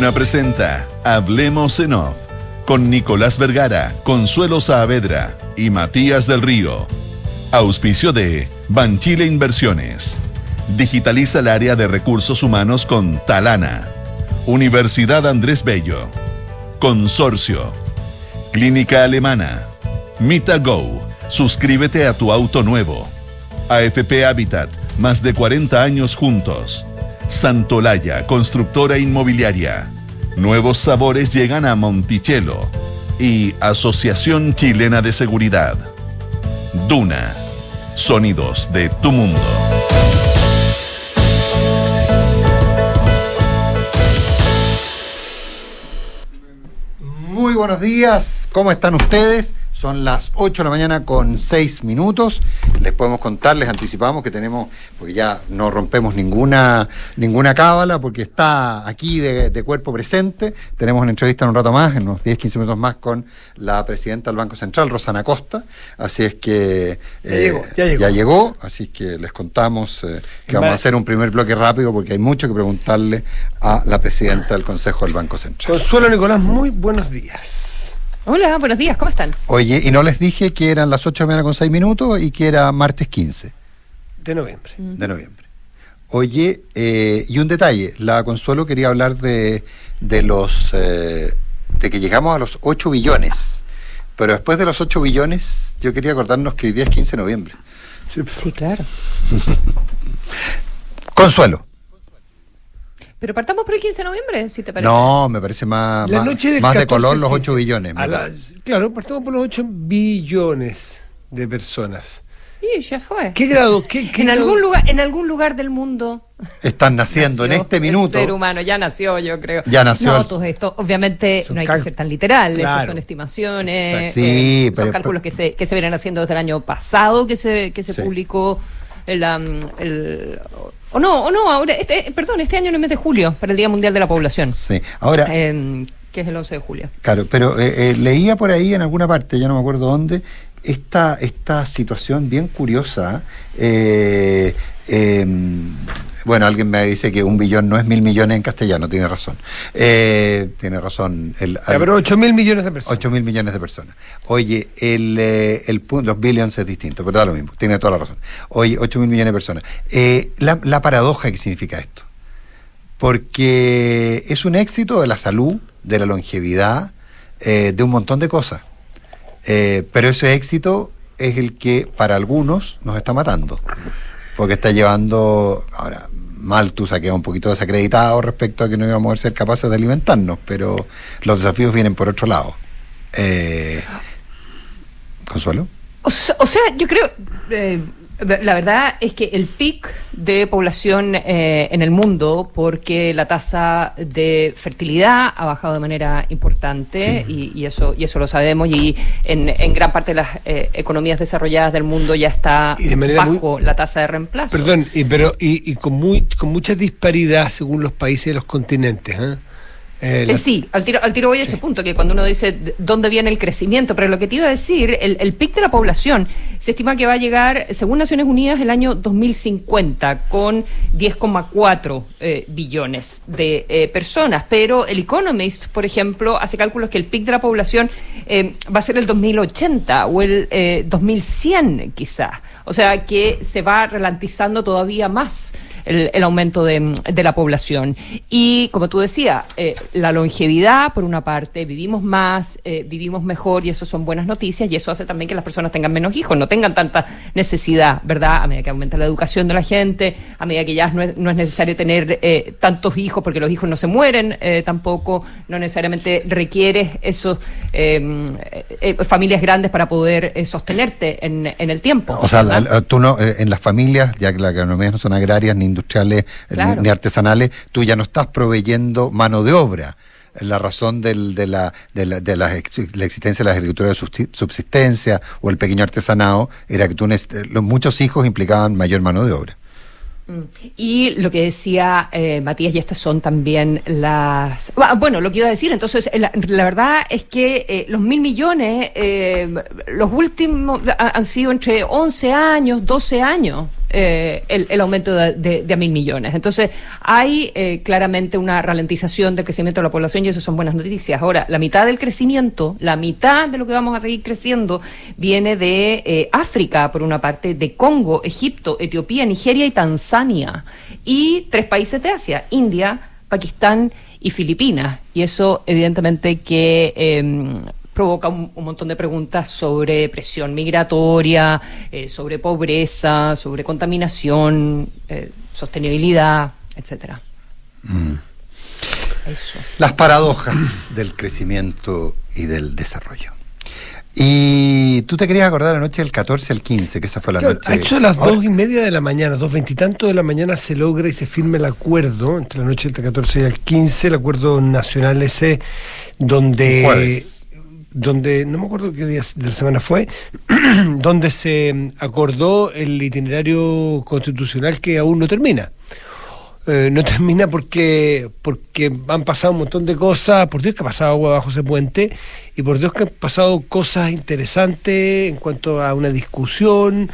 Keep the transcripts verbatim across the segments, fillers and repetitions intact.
Duna presenta Hablemos en Off con Nicolás Vergara, Consuelo Saavedra y Matías del Río. Auspicio de Banchile Inversiones. Digitaliza el área de recursos humanos con Talana. Universidad Andrés Bello. Consorcio. Clínica Alemana. MitaGo. Suscríbete a tu auto nuevo. A F P Habitat. Más de cuarenta años juntos. Santolaya, constructora inmobiliaria. Nuevos sabores llegan a Monticello. Y Asociación Chilena de Seguridad. Duna. Sonidos de tu mundo. Muy buenos días, ¿cómo están ustedes? Son las ocho de la mañana con seis minutos. Les podemos contar, les anticipamos que tenemos, porque ya no rompemos ninguna ninguna cábala, porque está aquí de, de cuerpo presente. Tenemos una entrevista en un rato más, en unos diez, quince minutos más, con la presidenta del Banco Central, Rosana Costa. Así es que eh, ya, llegó, ya, llegó. ya llegó, así que les contamos eh, que vamos a hacer un primer bloque rápido, porque hay mucho que preguntarle a la presidenta del Consejo del Banco Central. Consuelo, Nicolás, muy buenos días. Hola, buenos días, ¿cómo están? Oye, y no les dije que eran las ocho de la mañana con seis minutos y que era martes quince. De noviembre. Mm. De noviembre. Oye, eh, y un detalle, la Consuelo quería hablar de, de los eh, de que llegamos a los ocho billones, pero después de los ocho billones, yo quería acordarnos que hoy día es quince de noviembre. Sí, sí, claro. Consuelo. Pero partamos por el quince de noviembre, si te parece. No, me parece más, la más, noche del más de catorce, color los quince. ocho billones. La, claro, partamos por los ocho billones de personas. Y ya fue. ¿Qué grado? Qué, qué en grado? algún lugar, en algún lugar del mundo están naciendo nació en este minuto. El ser humano ya nació, yo creo. Ya nació. No, el... todo esto, obviamente, son no hay cal... que ser tan literal. Claro. Estos son estimaciones. Sí, eh, pero, son cálculos pero... que se que se vienen haciendo desde el año pasado, que se que se sí. publicó el, um, el o no, o no, ahora, este, perdón, este año en el mes de julio, para el Día Mundial de la Población. Sí, ahora... Eh, que es el once de julio. Claro, pero eh, eh, leía por ahí en alguna parte, ya no me acuerdo dónde, esta, esta situación bien curiosa. Eh, eh, bueno, alguien me dice que un billón no es mil millones en castellano, tiene razón. Eh, tiene razón. El, ya, pero ocho mil millones de personas. Ocho mil millones de personas. Oye, el, eh, el los billions es distinto, pero da lo mismo, tiene toda la razón. Oye, ocho mil millones de personas. Eh, la, la paradoja que significa esto. Porque es un éxito de la salud, de la longevidad, eh, de un montón de cosas. Eh, pero ese éxito es el que para algunos nos está matando. Porque está llevando... Ahora, Malthus ha quedado un poquito desacreditado respecto a que no íbamos a ser capaces de alimentarnos, pero los desafíos vienen por otro lado. Eh, ¿Consuelo? O sea, o sea, yo creo... Eh, la verdad es que el pic de población eh, en el mundo, porque la tasa de fertilidad ha bajado de manera importante, sí. y, y eso y eso lo sabemos, y en, en gran parte de las eh, economías desarrolladas del mundo ya está bajo muy... la tasa de reemplazo. Perdón, y, pero y, y con muy con mucha disparidad según los países y los continentes, ¿eh? Eh, la... Sí, al tiro, al tiro voy a ese sí. punto, que cuando uno dice dónde viene el crecimiento, pero lo que te iba a decir, el, el pic de la población se estima que va a llegar, según Naciones Unidas, el año dos mil cincuenta, con diez coma cuatro eh, billones de eh, personas, pero el Economist, por ejemplo, hace cálculos que el pic de la población eh, va a ser el dos mil ochenta o el eh, dos mil cien quizás, o sea que se va ralentizando todavía más el, el aumento de, de la población. Y como tú decías, eh, la longevidad, por una parte, vivimos más, eh, vivimos mejor, y eso son buenas noticias, y eso hace también que las personas tengan menos hijos, no tengan tanta necesidad, ¿verdad? A medida que aumenta la educación de la gente, a medida que ya no es, no es necesario tener eh, tantos hijos, porque los hijos no se mueren eh, tampoco, no necesariamente requieres esos eh, eh, familias grandes para poder eh, sostenerte en, en el tiempo. O sea, la, tú no, eh, en las familias, ya que las economías no son agrarias, ni industriales, claro. ni, ni artesanales, tú ya no estás proveyendo mano de obra. La razón del, de, la, de, la, de la, la existencia de la agricultura de subsistencia o el pequeño artesanado era que tú los muchos hijos implicaban mayor mano de obra. Y lo que decía eh, Matías, y estas son también las... Bueno, lo que iba a decir, entonces, la, la verdad es que eh, los mil millones, eh, los últimos han sido entre once años, doce años. eh, el, el aumento de, de, de a mil millones. Entonces, hay eh, claramente una ralentización del crecimiento de la población y eso son buenas noticias. Ahora, la mitad del crecimiento, la mitad de lo que vamos a seguir creciendo, viene de eh, África, por una parte, de Congo, Egipto, Etiopía, Nigeria y Tanzania. Y tres países de Asia, India, Pakistán y Filipinas. Y eso, evidentemente, que eh, provoca un, un montón de preguntas sobre presión migratoria, eh, sobre pobreza, sobre contaminación, eh, sostenibilidad, etcétera. Mm. Eso. Las paradojas del crecimiento y del desarrollo. Y tú te querías acordar la noche del catorce al quince, que esa fue la Claro, noche... a eso a las dos y media de la mañana, dos veintitantos de la mañana se logra y se firma el acuerdo entre la noche del catorce y el quince, el acuerdo nacional ese, donde... Jueves. donde, no me acuerdo qué día de la semana fue, donde se acordó el itinerario constitucional que aún no termina. Eh, no termina porque porque han pasado un montón de cosas, por Dios que ha pasado agua bajo ese puente, y por Dios que han pasado cosas interesantes en cuanto a una discusión,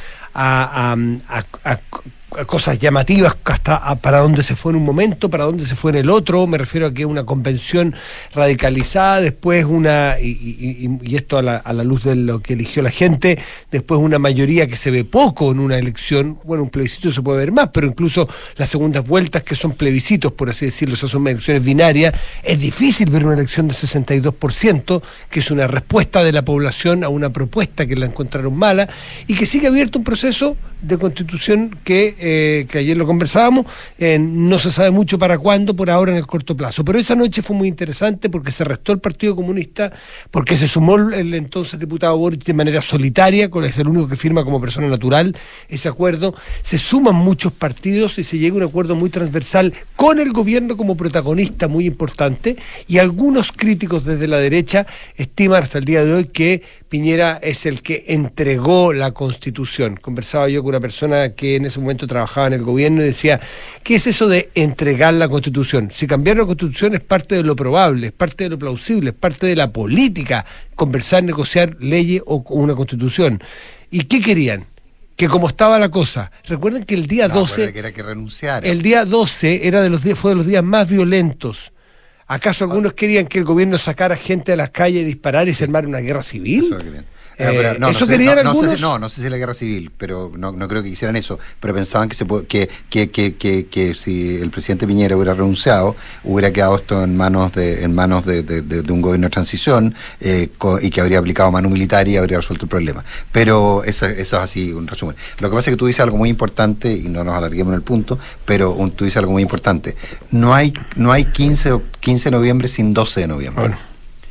a, a, a, a, a cosas llamativas, hasta a para dónde se fue en un momento, para dónde se fue en el otro. Me refiero a que una convención radicalizada, después una, y, y, y esto a la, a la luz de lo que eligió la gente, después una mayoría que se ve poco en una elección. Bueno, un plebiscito se puede ver más, pero incluso las segundas vueltas, que son plebiscitos, por así decirlo, esas son elecciones binarias, es difícil ver una elección de sesenta y dos por ciento, que es una respuesta de la población a una propuesta que la encontraron mala, y que sigue abierto un proceso de constitución que, eh, que ayer lo conversábamos, eh, no se sabe mucho para cuándo, por ahora en el corto plazo. Pero esa noche fue muy interesante porque se restó el Partido Comunista, porque se sumó el entonces diputado Boric de manera solitaria, con es el único que firma como persona natural ese acuerdo. Se suman muchos partidos y se llega a un acuerdo muy transversal con el gobierno como protagonista muy importante, y algunos críticos desde la derecha estiman hasta el día de hoy que Piñera es el que entregó la Constitución. Conversaba yo con una persona que en ese momento trabajaba en el gobierno y decía, ¿qué es eso de entregar la Constitución? Si cambiar la Constitución es parte de lo probable, es parte de lo plausible, es parte de la política, conversar, negociar leyes o una Constitución. ¿Y qué querían? Que como estaba la cosa, recuerden que el día No, doce, que era que renunciara. el día doce era de los días, fue de los días más violentos. ¿Acaso algunos querían que el gobierno sacara gente a las calles y disparar y se armara una guerra civil? Eso lo querían. Eh, Eh, pero no, ¿Eso no sé, querían no, no algunos? sé si, no, no sé si la guerra civil, pero no, no creo que quisieran eso. Pero pensaban que se puede, que, que, que, que, que si el presidente Piñera hubiera renunciado, hubiera quedado esto en manos de, en manos de, de, de, de un gobierno de transición, eh, co, y que habría aplicado mano militar y habría resuelto el problema. Pero eso, eso es así, un resumen. Lo que pasa es que tú dices algo muy importante, y no nos alarguemos en el punto, pero un, tú dices algo muy importante. No hay, no hay quince de noviembre sin doce de noviembre. Bueno.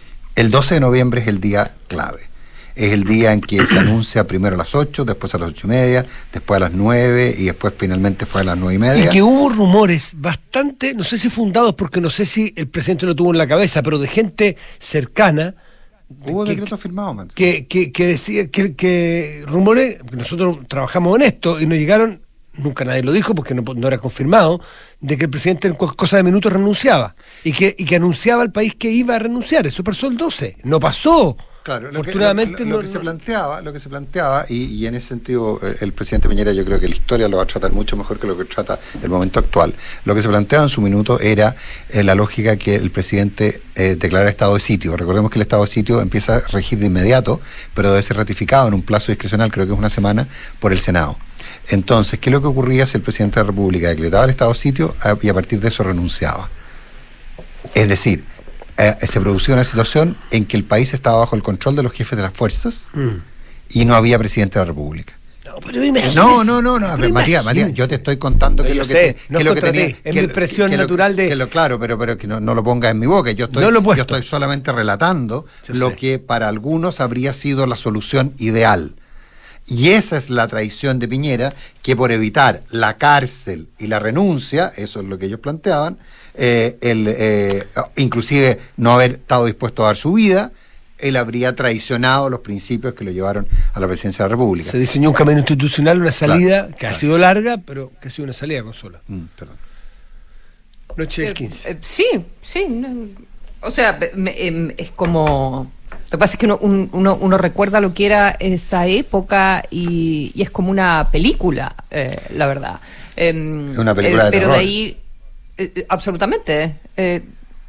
El doce de noviembre es el día clave. Es el día en que se anuncia primero a las ocho, después a las ocho y media, después a las nueve y después finalmente fue a las nueve y media. Y que hubo rumores bastante, no sé si fundados, porque no sé si el presidente lo tuvo en la cabeza, pero de gente cercana. Hubo que, decretos firmados, man. Que, que, que decía que, que rumores, porque nosotros trabajamos en esto y nos llegaron, nunca nadie lo dijo porque no, no era confirmado, de que el presidente en cosa de minutos renunciaba y que, y que anunciaba al país que iba a renunciar. Eso pasó el doce, no pasó. Claro, lo que, lo, lo, lo no, que se planteaba, lo que se planteaba, y, y en ese sentido el, el presidente Piñera, yo creo que la historia lo va a tratar mucho mejor que lo que trata el momento actual. Lo que se planteaba en su minuto era eh, la lógica que el presidente eh, declara estado de sitio. Recordemos que el estado de sitio empieza a regir de inmediato, pero debe ser ratificado en un plazo discrecional, creo que es una semana, por el Senado. Entonces, ¿qué es lo que ocurría si el presidente de la República decretaba el estado de sitio y a partir de eso renunciaba? Es decir, Eh, se producía una situación en que el país estaba bajo el control de los jefes de las fuerzas mm. y no había presidente de la República. No, pero imagínese, no, no, no, no, no Matías, Matías, yo te estoy contando que es lo que, sé, te, no que lo que tenía, es que mi expresión que natural lo, de que lo, claro, pero pero que no, no lo pongas en mi boca. Yo estoy, no yo estoy solamente relatando yo lo sé. que para algunos habría sido la solución ideal. Y esa es la traición de Piñera, que por evitar la cárcel y la renuncia, eso es lo que ellos planteaban, eh, el, eh, inclusive no haber estado dispuesto a dar su vida, él habría traicionado los principios que lo llevaron a la presidencia de la República. Se diseñó un camino institucional, una salida claro, que claro. ha sido larga, pero que ha sido una salida con sola. Mm, perdón. Noche del quince. Eh, eh, sí, sí. No, o sea, me, eh, es como... Lo que pasa es que uno, uno, uno recuerda lo que era esa época y, y es como una película, eh, la verdad. Eh, una película eh, de pero terror. de ahí, eh, absolutamente. Eh,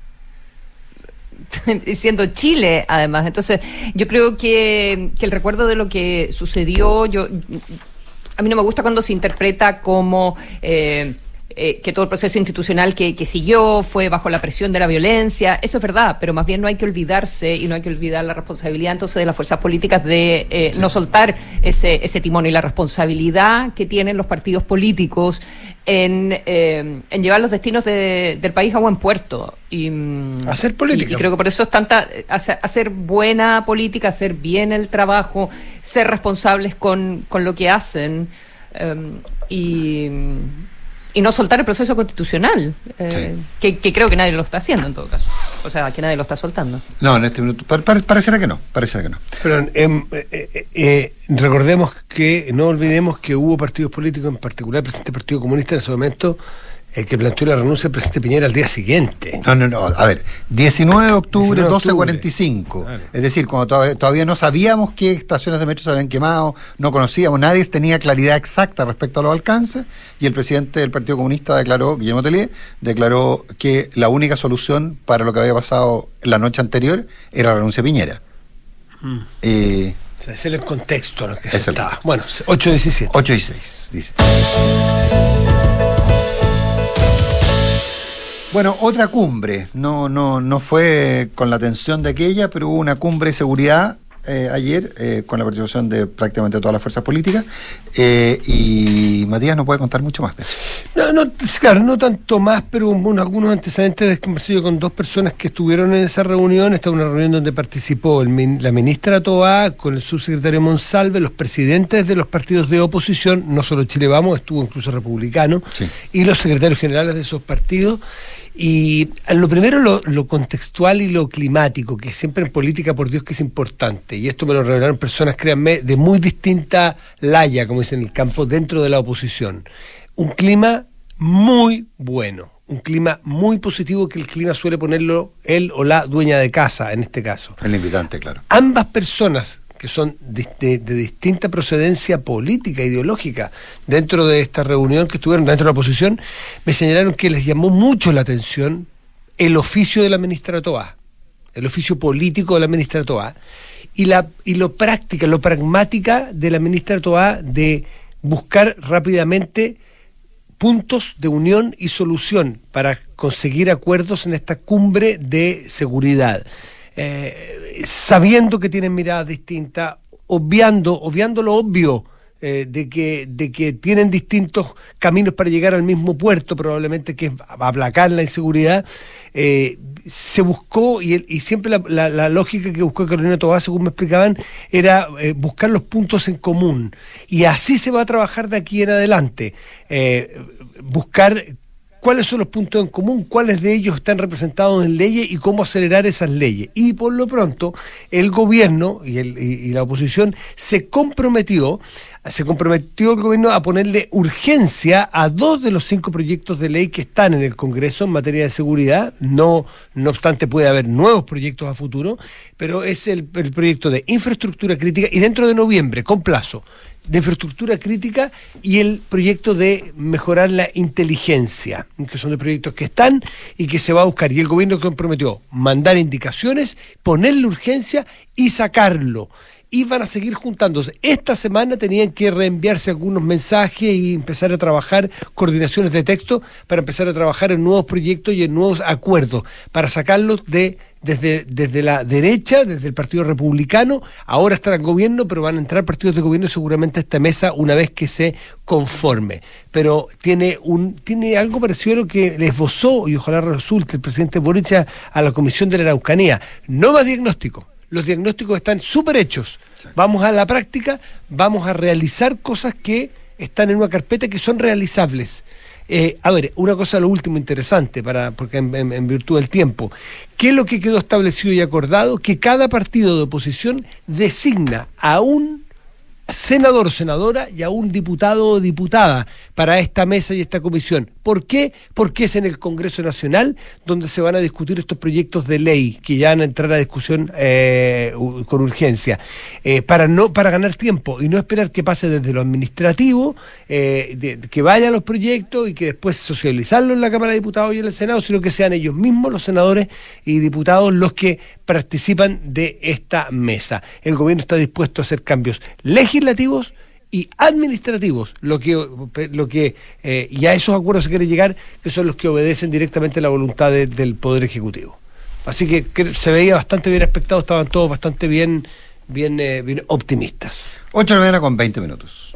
siendo Chile, además. Entonces, yo creo que, que el recuerdo de lo que sucedió, yo a mí no me gusta cuando se interpreta como... Eh, Eh, que todo el proceso institucional que, que siguió fue bajo la presión de la violencia. Eso es verdad, pero más bien no hay que olvidarse y no hay que olvidar la responsabilidad entonces de las fuerzas políticas de eh, sí. no soltar ese, ese timón y la responsabilidad que tienen los partidos políticos en, eh, en llevar los destinos de, del país a buen puerto. Y, hacer política. Y, y creo que por eso es tanta hacer, hacer buena política, hacer bien el trabajo, ser responsables con, con lo que hacen um, y... y no soltar el proceso constitucional, eh, sí. que, que creo que nadie lo está haciendo en todo caso. O sea, que nadie lo está soltando. No, en este minuto, pa- pa- parecerá que no, parecerá que no. Pero eh, eh, eh, recordemos que, no olvidemos que hubo partidos políticos, en particular el presidente del Partido Comunista en ese momento, eh, que planteó la renuncia del presidente Piñera al día siguiente. No, no, no, a ver, diecinueve de octubre, doce cuarenta y cinco. Claro. Es decir, cuando todavía, todavía no sabíamos qué estaciones de metro se habían quemado, no conocíamos, nadie tenía claridad exacta respecto a los alcances, y el presidente del Partido Comunista declaró, Guillermo Tellier, declaró que la única solución para lo que había pasado la noche anterior era la renuncia de Piñera. Mm. Eh, o sea, ese es el contexto en el que es se el estaba. Bueno, ocho diecisiete. ocho dieciséis, dice. Bueno, otra cumbre, no, no, no fue con la tensión de aquella, pero hubo una cumbre de seguridad eh, ayer, eh, con la participación de prácticamente todas las fuerzas políticas, eh, y Matías nos puede contar mucho más de eso. No, no, claro, no tanto más, pero hubo algunos antecedentes de conversación con dos personas que estuvieron en esa reunión. Esta es una reunión donde participó el, la ministra Toá con el subsecretario Monsalve, los presidentes de los partidos de oposición, no solo Chile Vamos, estuvo incluso Republicano, sí. y los secretarios generales de esos partidos. Y lo primero, lo, lo contextual y lo climático, que siempre en política, por Dios, que es importante. Y esto me lo revelaron personas, créanme, de muy distinta laya, como dicen en el campo, dentro de la oposición. Un clima muy bueno, un clima muy positivo, que el clima suele ponerlo él o la dueña de casa, en este caso. El invitante, claro. Ambas personas, que son de, de, de distinta procedencia política, ideológica, dentro de esta reunión que estuvieron dentro de la oposición, me señalaron que les llamó mucho la atención el oficio de la ministra Toá, el oficio político de la ministra Toá, y, la, y lo práctica, lo pragmática de la ministra Toá de buscar rápidamente puntos de unión y solución para conseguir acuerdos en esta cumbre de seguridad. Eh, sabiendo que tienen miradas distintas, obviando, obviando lo obvio eh, de que, de que tienen distintos caminos para llegar al mismo puerto, probablemente, que es aplacar la inseguridad, eh, se buscó, y, el, y siempre la, la, la lógica que buscó Carolina Toá, según me explicaban, era eh, buscar los puntos en común, y así se va a trabajar de aquí en adelante, eh, buscar cuáles son los puntos en común, cuáles de ellos están representados en leyes y cómo acelerar esas leyes. Y por lo pronto, el gobierno y, el, y, y la oposición se comprometió, se comprometió el gobierno a ponerle urgencia a dos de los cinco proyectos de ley que están en el Congreso en materia de seguridad. No, no obstante, puede haber nuevos proyectos a futuro, pero es el, el proyecto de infraestructura crítica, y dentro de noviembre, con plazo, de infraestructura crítica, y el proyecto de mejorar la inteligencia, que son de proyectos que están y que se va a buscar, y el gobierno comprometió mandar indicaciones, ponerle urgencia y sacarlo, y van a seguir juntándose. Esta semana tenían que reenviarse algunos mensajes y empezar a trabajar coordinaciones de texto para empezar a trabajar en nuevos proyectos y en nuevos acuerdos, para sacarlos de Desde, desde la derecha, desde el Partido Republicano. Ahora están en gobierno, pero van a entrar partidos de gobierno seguramente a esta mesa una vez que se conforme. Pero tiene un tiene algo parecido a lo que le esbozó, y ojalá resulte, el presidente Boric a, a la Comisión de la Araucanía. No más diagnóstico. Los diagnósticos están súper hechos. Sí. Vamos a la práctica, vamos a realizar cosas que están en una carpeta que son realizables. Eh, a ver, una cosa, lo último interesante, para porque en, en, en virtud del tiempo, ¿qué es lo que quedó establecido y acordado? Que cada partido de oposición designa a un senador o senadora y a un diputado o diputada para para esta mesa y esta comisión. ¿Por qué? Porque es en el Congreso Nacional donde se van a discutir estos proyectos de ley que ya van a entrar a discusión eh, con urgencia, eh, para no para ganar tiempo y no esperar que pase desde lo administrativo, eh, de, de que vayan los proyectos y que después socializarlo en la Cámara de Diputados y en el Senado, sino que sean ellos mismos, los senadores y diputados, los que participan de esta mesa. El gobierno está dispuesto a hacer cambios legislativos y administrativos, lo que lo que eh, y a esos acuerdos se quiere llegar, que son los que obedecen directamente a la voluntad de, del Poder Ejecutivo. Así que, que se veía bastante bien expectado, estaban todos bastante bien bien, eh, bien optimistas. ocho de la mañana con veinte minutos.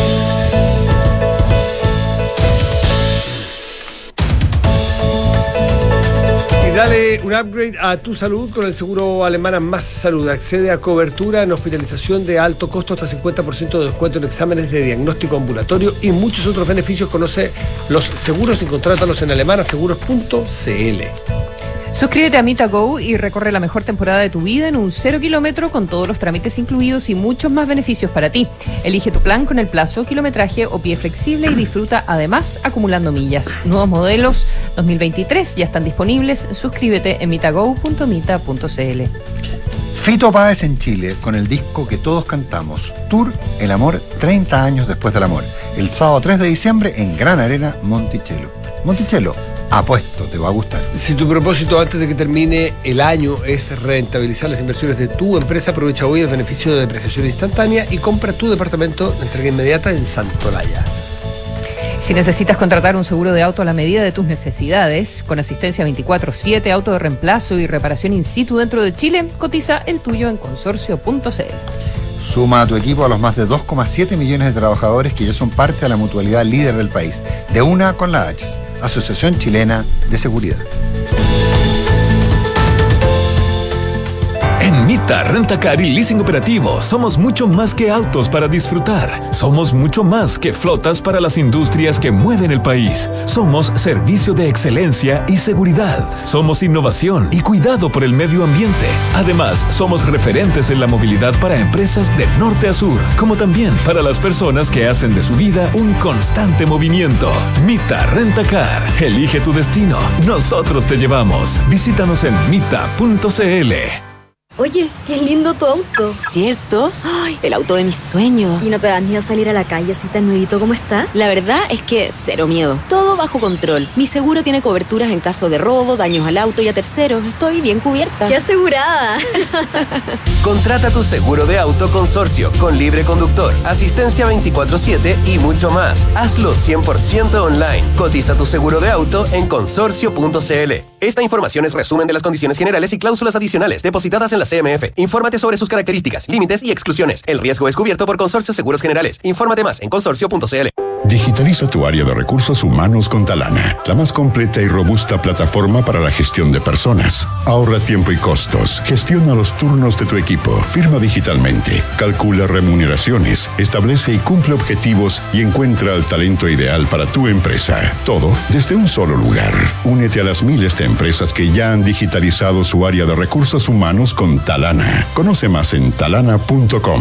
Dale un upgrade a tu salud con el seguro alemán Más Salud. Accede a cobertura en hospitalización de alto costo hasta cincuenta por ciento de descuento en exámenes de diagnóstico ambulatorio y muchos otros beneficios. Conoce los seguros y contrátalos en alemanaseguros punto c l. Suscríbete a MitaGo y recorre la mejor temporada de tu vida en un cero kilómetro con todos los trámites incluidos y muchos más beneficios para ti. Elige tu plan con el plazo, kilometraje o pie flexible y disfruta además acumulando millas. Nuevos modelos dos mil veintitrés ya están disponibles. Suscríbete en mitago punto mita punto c l. Fito Páez en Chile con el disco que todos cantamos, Tour El Amor, treinta años después del amor. El sábado tres de diciembre en Gran Arena, Monticello. Monticello, apuesto, te va a gustar. Si tu propósito antes de que termine el año es rentabilizar las inversiones de tu empresa, aprovecha hoy el beneficio de depreciación instantánea y compra tu departamento de entrega inmediata en Santolaya. Si necesitas contratar un seguro de auto a la medida de tus necesidades, con asistencia veinticuatro siete, auto de reemplazo y reparación in situ dentro de Chile, cotiza el tuyo en consorcio punto c l. Suma a tu equipo a los más de dos coma siete millones de trabajadores que ya son parte de la mutualidad líder del país, de una con la H, Asociación Chilena de Seguridad. En Mita Rentacar y Leasing Operativo somos mucho más que autos para disfrutar. Somos mucho más que flotas para las industrias que mueven el país. Somos servicio de excelencia y seguridad. Somos innovación y cuidado por el medio ambiente. Además, somos referentes en la movilidad para empresas de norte a sur, como también para las personas que hacen de su vida un constante movimiento. Mita Rentacar. Elige tu destino. Nosotros te llevamos. Visítanos en mita punto c l. Oye, qué lindo tu auto. ¿Cierto? Ay, el auto de mis sueños. ¿Y no te da miedo salir a la calle así tan nuevito como está? La verdad es que cero miedo. Todo bajo control. Mi seguro tiene coberturas en caso de robo, daños al auto y a terceros. Estoy bien cubierta. ¡Qué asegurada! Contrata tu seguro de auto Consorcio con libre conductor, asistencia veinticuatro siete y mucho más. Hazlo cien por ciento online. Cotiza tu seguro de auto en consorcio punto c l. Esta información es resumen de las condiciones generales y cláusulas adicionales depositadas en la C M F. Infórmate sobre sus características, límites y exclusiones. El riesgo es cubierto por Consorcio Seguros Generales. Infórmate más en consorcio punto c l. Digitaliza tu área de recursos humanos con Talana, la más completa y robusta plataforma para la gestión de personas. Ahorra tiempo y costos, gestiona los turnos de tu equipo, firma digitalmente, calcula remuneraciones, establece y cumple objetivos y encuentra el talento ideal para tu empresa. Todo desde un solo lugar. Únete a las miles de empresas que ya han digitalizado su área de recursos humanos con Talana. Conoce más en talana punto com.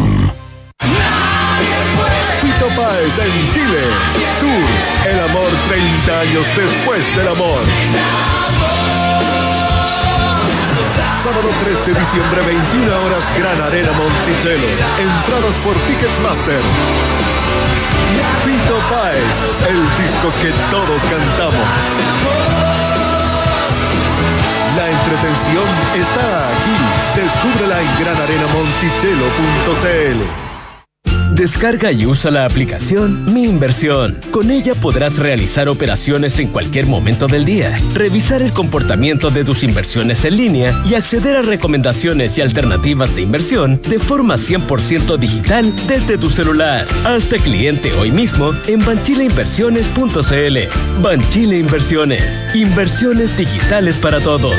Fito Páez en Chile. Tour El Amor, treinta años después del amor. Sábado tres de diciembre, veintiuna horas, Gran Arena Monticello. Entradas por Ticketmaster. Fito Páez, el disco que todos cantamos. La entretención está aquí. Descúbrela en gran arena monticello punto c l. Descarga y usa la aplicación Mi Inversión. Con ella podrás realizar operaciones en cualquier momento del día, revisar el comportamiento de tus inversiones en línea y acceder a recomendaciones y alternativas de inversión de forma cien por ciento digital desde tu celular. Hazte cliente hoy mismo en banchile inversiones punto c l. Banchile Inversiones. Inversiones digitales para todos.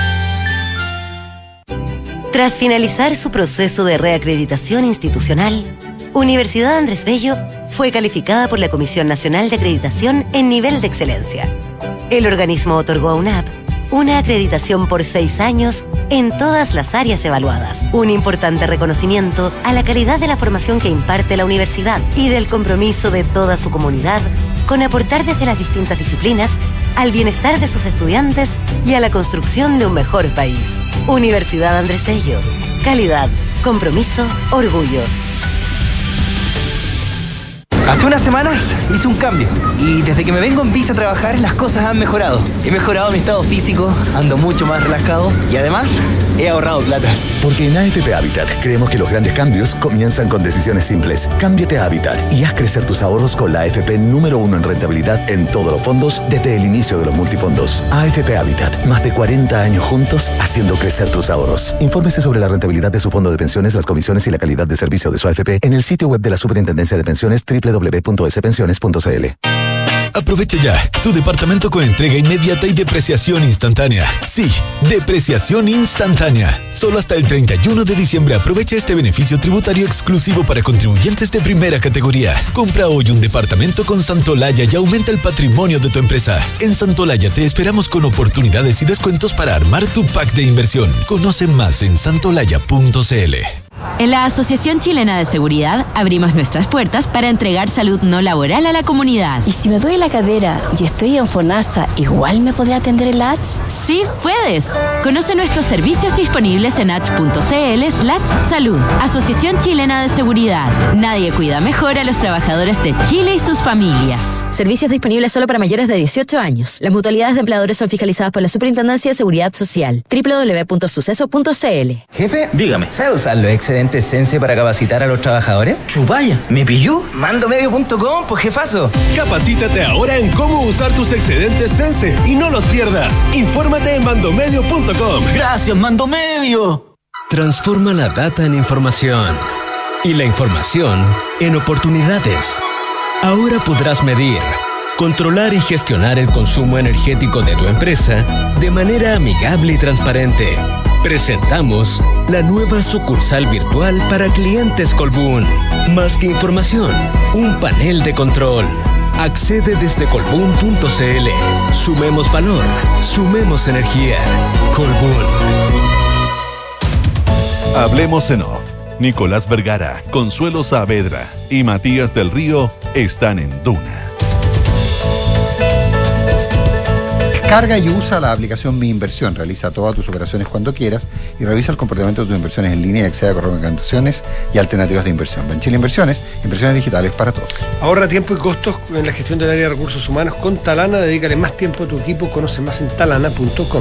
Tras finalizar su proceso de reacreditación institucional, Universidad Andrés Bello fue calificada por la Comisión Nacional de Acreditación en nivel de excelencia. El organismo otorgó a U N A P una acreditación por seis años en todas las áreas evaluadas. Un importante reconocimiento a la calidad de la formación que imparte la universidad y del compromiso de toda su comunidad con aportar desde las distintas disciplinas al bienestar de sus estudiantes y a la construcción de un mejor país. Universidad Andrés Bello. Calidad, compromiso, orgullo. Hace unas semanas hice un cambio y desde que me vengo en bici a trabajar las cosas han mejorado. He mejorado mi estado físico, ando mucho más relajado y además he ahorrado plata. Porque en A F P Habitat creemos que los grandes cambios comienzan con decisiones simples. Cámbiate a Habitat y haz crecer tus ahorros con la A F P número uno en rentabilidad en todos los fondos desde el inicio de los multifondos. A F P Habitat, más de cuarenta años juntos haciendo crecer tus ahorros. Infórmese sobre la rentabilidad de su fondo de pensiones, las comisiones y la calidad de servicio de su A F P en el sitio web de la Superintendencia de Pensiones doble u doble u doble u punto ese pensiones punto c l. Aprovecha ya tu departamento con entrega inmediata y depreciación instantánea. Sí, depreciación instantánea. Solo hasta el treinta y uno de diciembre aprovecha este beneficio tributario exclusivo para contribuyentes de primera categoría. Compra hoy un departamento con Santolaya y aumenta el patrimonio de tu empresa. En Santolaya te esperamos con oportunidades y descuentos para armar tu pack de inversión. Conoce más en santolaya punto c l. En la Asociación Chilena de Seguridad abrimos nuestras puertas para entregar salud no laboral a la comunidad. ¿Y si me duele la cadera y estoy en FONASA, igual me podrá atender el H? Sí, puedes. Conoce nuestros servicios disponibles en h punto c l slash salud. Asociación Chilena de Seguridad. Nadie cuida mejor a los trabajadores de Chile y sus familias. Servicios disponibles solo para mayores de dieciocho años. Las mutualidades de empleadores son fiscalizadas por la Superintendencia de Seguridad Social. doble u doble u doble u punto suceso punto c l. Jefe, dígame, ¿sabe usar los excedentes Sense para capacitar a los trabajadores? Chupaya, ¿me pilló? Mando medio punto com, pues jefazo. Capacítate ahora en cómo usar tus excedentes Sense y no los pierdas. Infórmate en mandomedio punto com. Gracias, Mandomedio. Transforma la data en información y la información en oportunidades. Ahora podrás medir, controlar y gestionar el consumo energético de tu empresa de manera amigable y transparente. Presentamos la nueva sucursal virtual para clientes Colbún. Más que información, un panel de control. Accede desde colbún punto c l. Sumemos valor, sumemos energía. Colbún. Hablemos en off. Nicolás Vergara, Consuelo Saavedra y Matías del Río están en Duna. Descarga y usa la aplicación Mi Inversión. Realiza todas tus operaciones cuando quieras y revisa el comportamiento de tus inversiones en línea y accede a recomendaciones y alternativas de inversión. Banchile Inversiones, inversiones digitales para todos. Ahorra tiempo y costos en la gestión del área de recursos humanos con Talana. Dedícale más tiempo a tu equipo. Conoce más en talana punto com.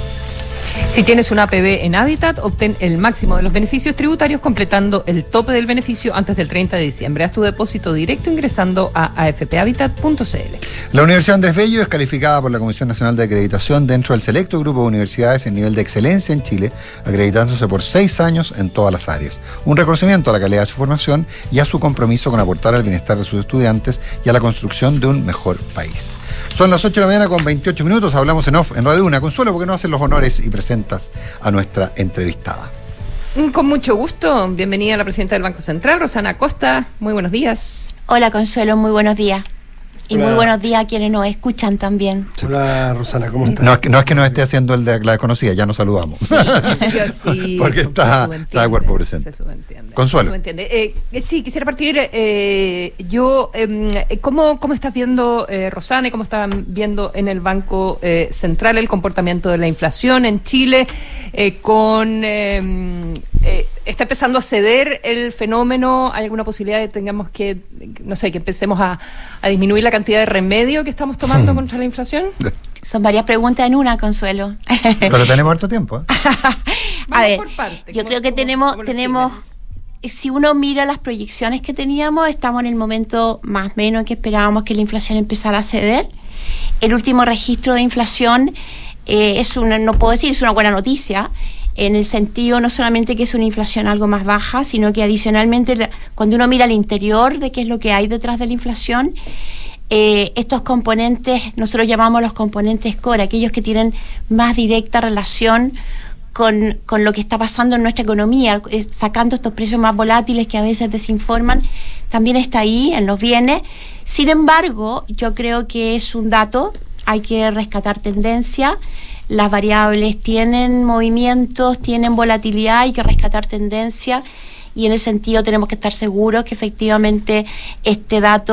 Si tienes una A P B en Habitat, obtén el máximo de los beneficios tributarios completando el tope del beneficio antes del treinta de diciembre. Haz tu depósito directo ingresando a a f p habitat punto c l. La Universidad Andrés Bello es calificada por la Comisión Nacional de Acreditación dentro del selecto grupo de universidades en nivel de excelencia en Chile, acreditándose por seis años en todas las áreas. Un reconocimiento a la calidad de su formación y a su compromiso con aportar al bienestar de sus estudiantes y a la construcción de un mejor país. Son las ocho de la mañana con veintiocho minutos, hablamos en off en Radio Una. Consuelo, ¿por qué no hacen los honores y presentas a nuestra entrevistada? Con mucho gusto, bienvenida a la presidenta del Banco Central, Rosana Acosta, muy buenos días. Hola Consuelo, muy buenos días. Y Hola. Muy buenos días a quienes nos escuchan también. Hola Rosana, ¿cómo estás? No es que, no es que nos esté haciendo el de la desconocida, ya nos saludamos. Sí, yo sí. Porque está, está de cuerpo presente. Se subentiende. Consuelo. Se subentiende. Eh, sí, quisiera partir, eh, yo, eh, ¿cómo, ¿cómo estás viendo, eh, Rosana, y cómo están viendo en el Banco eh, Central el comportamiento de la inflación en Chile? Eh, con eh, eh, ¿Está empezando a ceder el fenómeno? ¿Hay alguna posibilidad de que tengamos que, no sé, que empecemos a, a disminuir la cantidad de remedio que estamos tomando hmm. contra la inflación? Son varias preguntas en una, Consuelo. Pero tenemos harto tiempo, ¿eh? A ver, yo creo que tenemos, tenemos si uno mira las proyecciones que teníamos, estamos en el momento más o menos en que esperábamos que la inflación empezara a ceder. El último registro de inflación eh, es una, no puedo decir, es una buena noticia, en el sentido no solamente que es una inflación algo más baja, sino que adicionalmente la, cuando uno mira al interior de qué es lo que hay detrás de la inflación, eh, estos componentes, nosotros llamamos los componentes core, aquellos que tienen más directa relación con, con lo que está pasando en nuestra economía, eh, sacando estos precios más volátiles que a veces desinforman, también está ahí en los bienes. Sin embargo, yo creo que es un dato, hay que rescatar tendencia. Las variables tienen movimientos, tienen volatilidad, hay que rescatar tendencia y en ese sentido tenemos que estar seguros que efectivamente este dato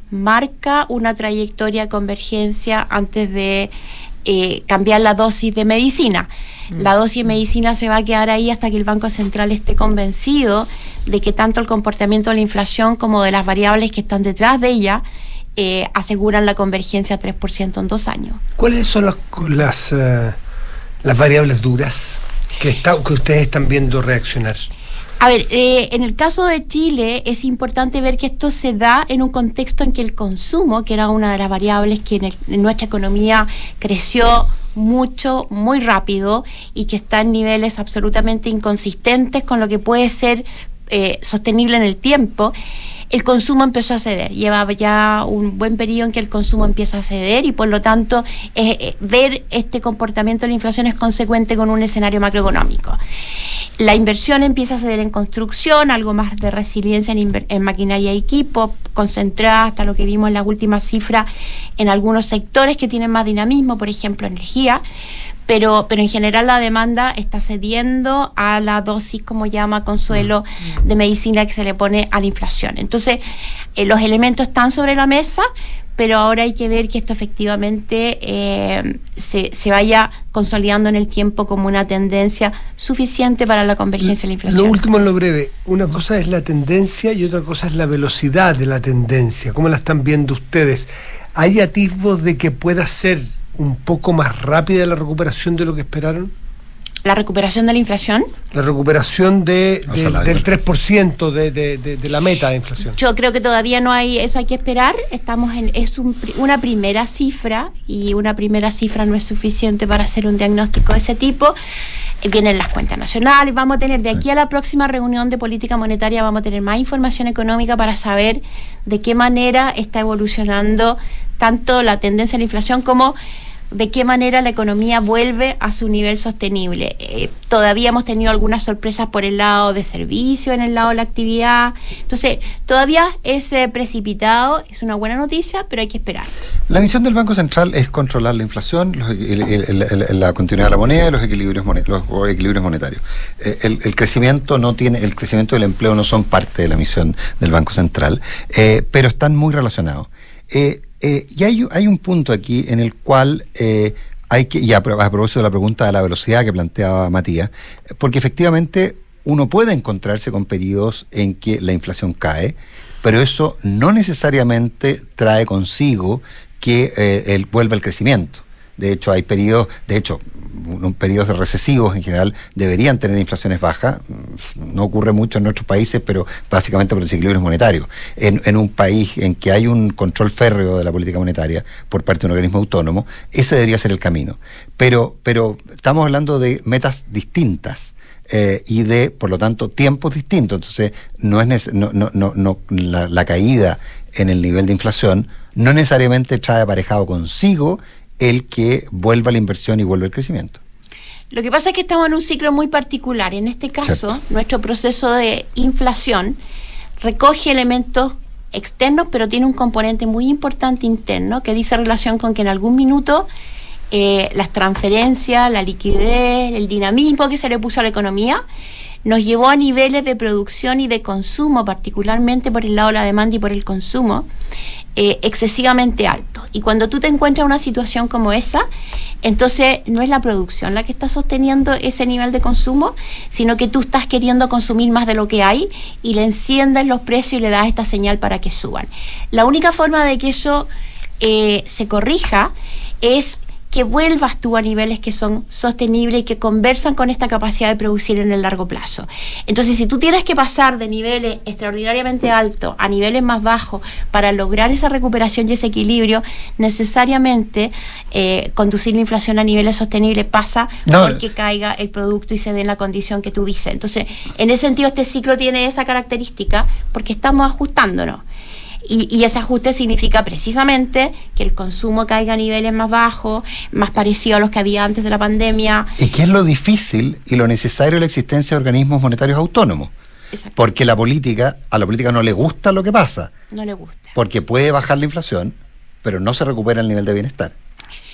marca una trayectoria de convergencia antes de eh, cambiar la dosis de medicina. Mm. La dosis de medicina se va a quedar ahí hasta que el Banco Central esté convencido de que tanto el comportamiento de la inflación como de las variables que están detrás de ella eh, aseguran la convergencia a tres por ciento en dos años. ¿Cuáles son las, las, uh, las variables duras que, está, que ustedes están viendo reaccionar? A ver, eh, en el caso de Chile es importante ver que esto se da en un contexto en que el consumo, que era una de las variables que en, el, en nuestra economía creció mucho, muy rápido y que está en niveles absolutamente inconsistentes con lo que puede ser eh, sostenible en el tiempo. El consumo empezó a ceder, lleva ya un buen periodo en que el consumo empieza a ceder y por lo tanto eh, eh, ver este comportamiento de la inflación es consecuente con un escenario macroeconómico. La inversión empieza a ceder en construcción, algo más de resiliencia en, en maquinaria y equipo, concentrada hasta lo que vimos en las últimas cifras en algunos sectores que tienen más dinamismo, por ejemplo energía. Pero, pero en general la demanda está cediendo a la dosis, como llama Consuelo, de medicina que se le pone a la inflación. Entonces, eh, los elementos están sobre la mesa, pero ahora hay que ver que esto efectivamente eh, se, se vaya consolidando en el tiempo como una tendencia suficiente para la convergencia de la inflación. Lo último en lo breve, una cosa es la tendencia y otra cosa es la velocidad de la tendencia. ¿Cómo la están viendo ustedes? ¿Hay atisbos de que pueda ser un poco más rápida la recuperación de lo que esperaron? ¿La recuperación de la inflación? La recuperación de, de, o sea, la del tres por ciento de, de, de, de la meta de inflación. Yo creo que todavía no hay, eso hay que esperar. Estamos en, es un, una primera cifra y una primera cifra no es suficiente para hacer un diagnóstico de ese tipo. Vienen las cuentas nacionales, vamos a tener de aquí a la próxima reunión de política monetaria, vamos a tener más información económica para saber de qué manera está evolucionando tanto la tendencia de la inflación como de qué manera la economía vuelve a su nivel sostenible. Eh, todavía hemos tenido algunas sorpresas por el lado de servicio, en el lado de la actividad. Entonces, todavía es eh, precipitado, es una buena noticia, pero hay que esperar. La misión del Banco Central es controlar la inflación, los, el, el, el, la continuidad de la moneda y los equilibrios, monet, los equilibrios monetarios. Eh, el, el crecimiento no tiene, el crecimiento del empleo no son parte de la misión del Banco Central, eh, pero están muy relacionados. Eh, Eh, y hay, hay un punto aquí en el cual eh, hay que, y a, a propósito de la pregunta de la velocidad que planteaba Matías, porque efectivamente uno puede encontrarse con periodos en que la inflación cae, pero eso no necesariamente trae consigo que eh, el, vuelva el crecimiento. De hecho, hay periodos, de hecho, un, periodos recesivos en general deberían tener inflaciones bajas. No ocurre mucho en nuestros países, pero básicamente por desequilibrios monetarios. En, en un país en que hay un control férreo de la política monetaria por parte de un organismo autónomo, ese debería ser el camino. Pero, pero estamos hablando de metas distintas. Eh, y de, por lo tanto, tiempos distintos. Entonces, no es no, no, no, no la, la caída en el nivel de inflación no necesariamente trae aparejado consigo el que vuelva la inversión y vuelva el crecimiento. Lo que pasa es que estamos en un ciclo muy particular. En este caso, ¿cierto? Nuestro proceso de inflación recoge elementos externos, pero tiene un componente muy importante interno que dice relación con que en algún minuto eh, las transferencias, la liquidez, el dinamismo que se le puso a la economía nos llevó a niveles de producción y de consumo, particularmente por el lado de la demanda y por el consumo, eh, excesivamente altos. Y cuando tú te encuentras en una situación como esa, entonces no es la producción la que está sosteniendo ese nivel de consumo, sino que tú estás queriendo consumir más de lo que hay y le enciendes los precios y le das esta señal para que suban. La única forma de que eso eh, se corrija es que vuelvas tú a niveles que son sostenibles y que conversan con esta capacidad de producir en el largo plazo. Entonces, si tú tienes que pasar de niveles extraordinariamente altos a niveles más bajos para lograr esa recuperación y ese equilibrio, necesariamente eh, conducir la inflación a niveles sostenibles pasa no. porque caiga el producto y se dé en la condición que tú dices. Entonces, en ese sentido, este ciclo tiene esa característica porque estamos ajustándonos. Y, y ese ajuste significa precisamente que el consumo caiga a niveles más bajos, más parecidos a los que había antes de la pandemia. Y que es lo difícil y lo necesario de la existencia de organismos monetarios autónomos. Exacto. Porque la política, a la política no le gusta lo que pasa. No le gusta. Porque puede bajar la inflación, pero no se recupera el nivel de bienestar.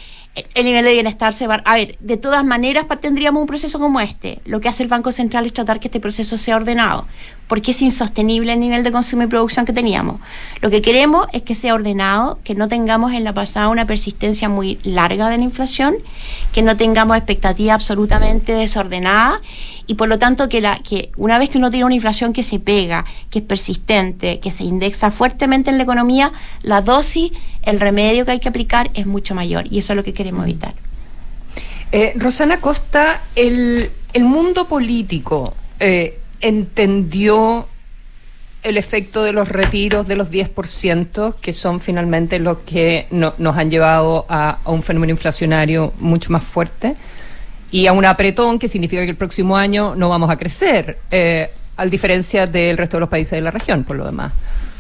el nivel de bienestar se va... A ver, de todas maneras tendríamos un proceso como este. Lo que hace el Banco Central es tratar que este proceso sea ordenado, porque es insostenible el nivel de consumo y producción que teníamos. Lo que queremos es que sea ordenado, que no tengamos en la pasada una persistencia muy larga de la inflación, que no tengamos expectativas absolutamente desordenadas, y por lo tanto que, la, que una vez que uno tiene una inflación que se pega, que es persistente, que se indexa fuertemente en la economía, la dosis, el remedio que hay que aplicar es mucho mayor, y eso es lo que queremos evitar. Eh, Rosana Costa, el, el mundo político eh, entendió el efecto de los retiros de los diez por ciento, que son finalmente los que no, nos han llevado a, a un fenómeno inflacionario mucho más fuerte, y a un apretón que significa que el próximo año no vamos a crecer, eh, a diferencia del resto de los países de la región, por lo demás.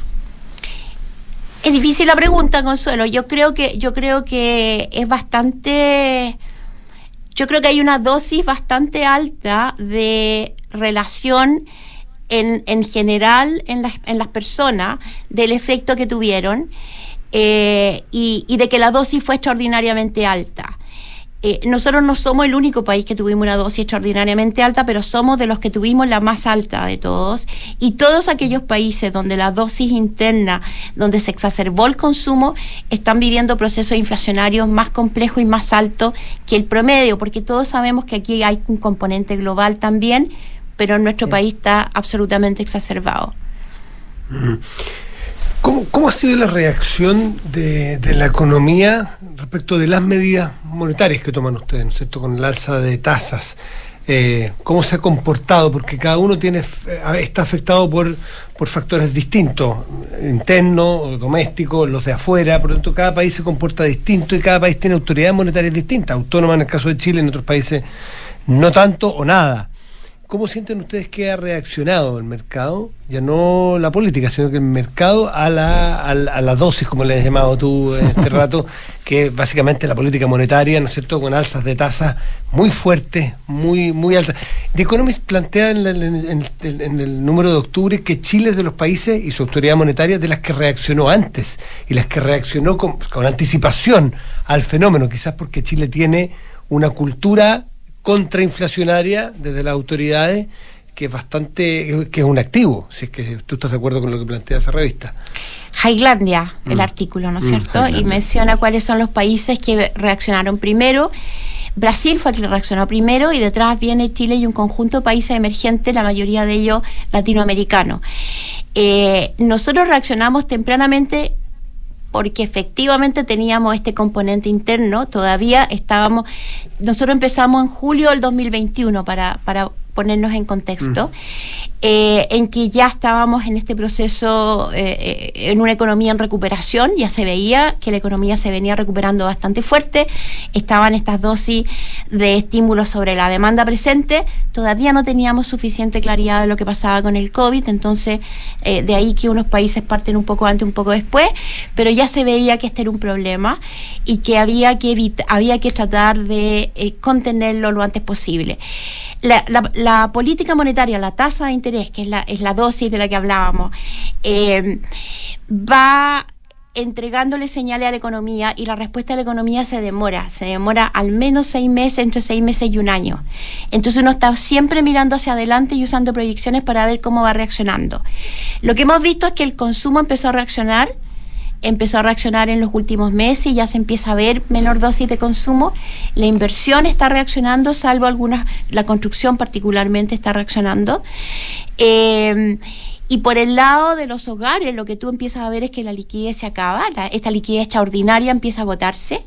Es difícil la pregunta, Consuelo. Yo creo que, yo creo que es bastante... Yo creo que hay una dosis bastante alta de relación en, en general en las, en las personas del efecto que tuvieron, eh, y, y de que la dosis fue extraordinariamente alta. Eh, nosotros no somos el único país que tuvimos una dosis extraordinariamente alta, pero somos de los que tuvimos la más alta de todos, y todos aquellos países donde la dosis interna, donde se exacerbó el consumo, están viviendo procesos inflacionarios más complejos y más altos que el promedio, porque todos sabemos que aquí hay un componente global también, pero en nuestro sí. país está absolutamente exacerbado. Mm. ¿Cómo, ¿Cómo ha sido la reacción de, de la economía respecto de las medidas monetarias que toman ustedes, ¿no es cierto?, con el alza de tasas? Eh, ¿Cómo se ha comportado? Porque cada uno tiene está afectado por, por factores distintos, internos, domésticos, los de afuera. Por lo tanto, cada país se comporta distinto y cada país tiene autoridades monetarias distintas, autónomas en el caso de Chile, en otros países no tanto o nada. ¿Cómo sienten ustedes que ha reaccionado el mercado? Ya no la política, sino que el mercado a la, a la, a la dosis, como le has llamado tú en este rato, que es básicamente la política monetaria, ¿no es cierto?, con alzas de tasas muy fuertes, muy muy altas. The Economist plantea en, en, en, en el número de octubre que Chile es de los países y su autoridad monetaria de las que reaccionó antes, y las que reaccionó con, con anticipación al fenómeno, quizás porque Chile tiene una cultura contrainflacionaria desde las autoridades que es bastante, que es un activo, si es que tú estás de acuerdo con lo que plantea esa revista. Highlandia, el mm. artículo, ¿no es cierto? Mm, y menciona cuáles son los países que reaccionaron primero. Brasil fue el que reaccionó primero, y detrás viene Chile y un conjunto de países emergentes, la mayoría de ellos latinoamericanos. Eh, nosotros reaccionamos tempranamente porque efectivamente teníamos este componente interno. Todavía estábamos, nosotros empezamos en julio del dos mil veintiuno, para, para ponernos en contexto, mm. eh, en que ya estábamos en este proceso, eh, en una economía en recuperación. Ya se veía que la economía se venía recuperando bastante fuerte, estaban estas dosis de estímulos sobre la demanda presente, todavía no teníamos suficiente claridad de lo que pasaba con el COVID, entonces eh, de ahí que unos países parten un poco antes, un poco después, pero ya se veía que este era un problema y que había que evita, había que tratar de eh, contenerlo lo antes posible. La, la, la política monetaria, la tasa de interés, que es la, es la dosis de la que hablábamos, eh, va entregándole señales a la economía, y la respuesta de la economía se demora, se demora al menos seis meses, entre seis meses y un año. Entonces uno está siempre mirando hacia adelante y usando proyecciones para ver cómo va reaccionando. Lo que hemos visto es que el consumo empezó a reaccionar, empezó a reaccionar en los últimos meses, y ya se empieza a ver menor dosis de consumo. La inversión está reaccionando, salvo algunas, la construcción particularmente está reaccionando. Eh, y por el lado de los hogares, lo que tú empiezas a ver es que la liquidez se acaba, la, esta liquidez extraordinaria empieza a agotarse.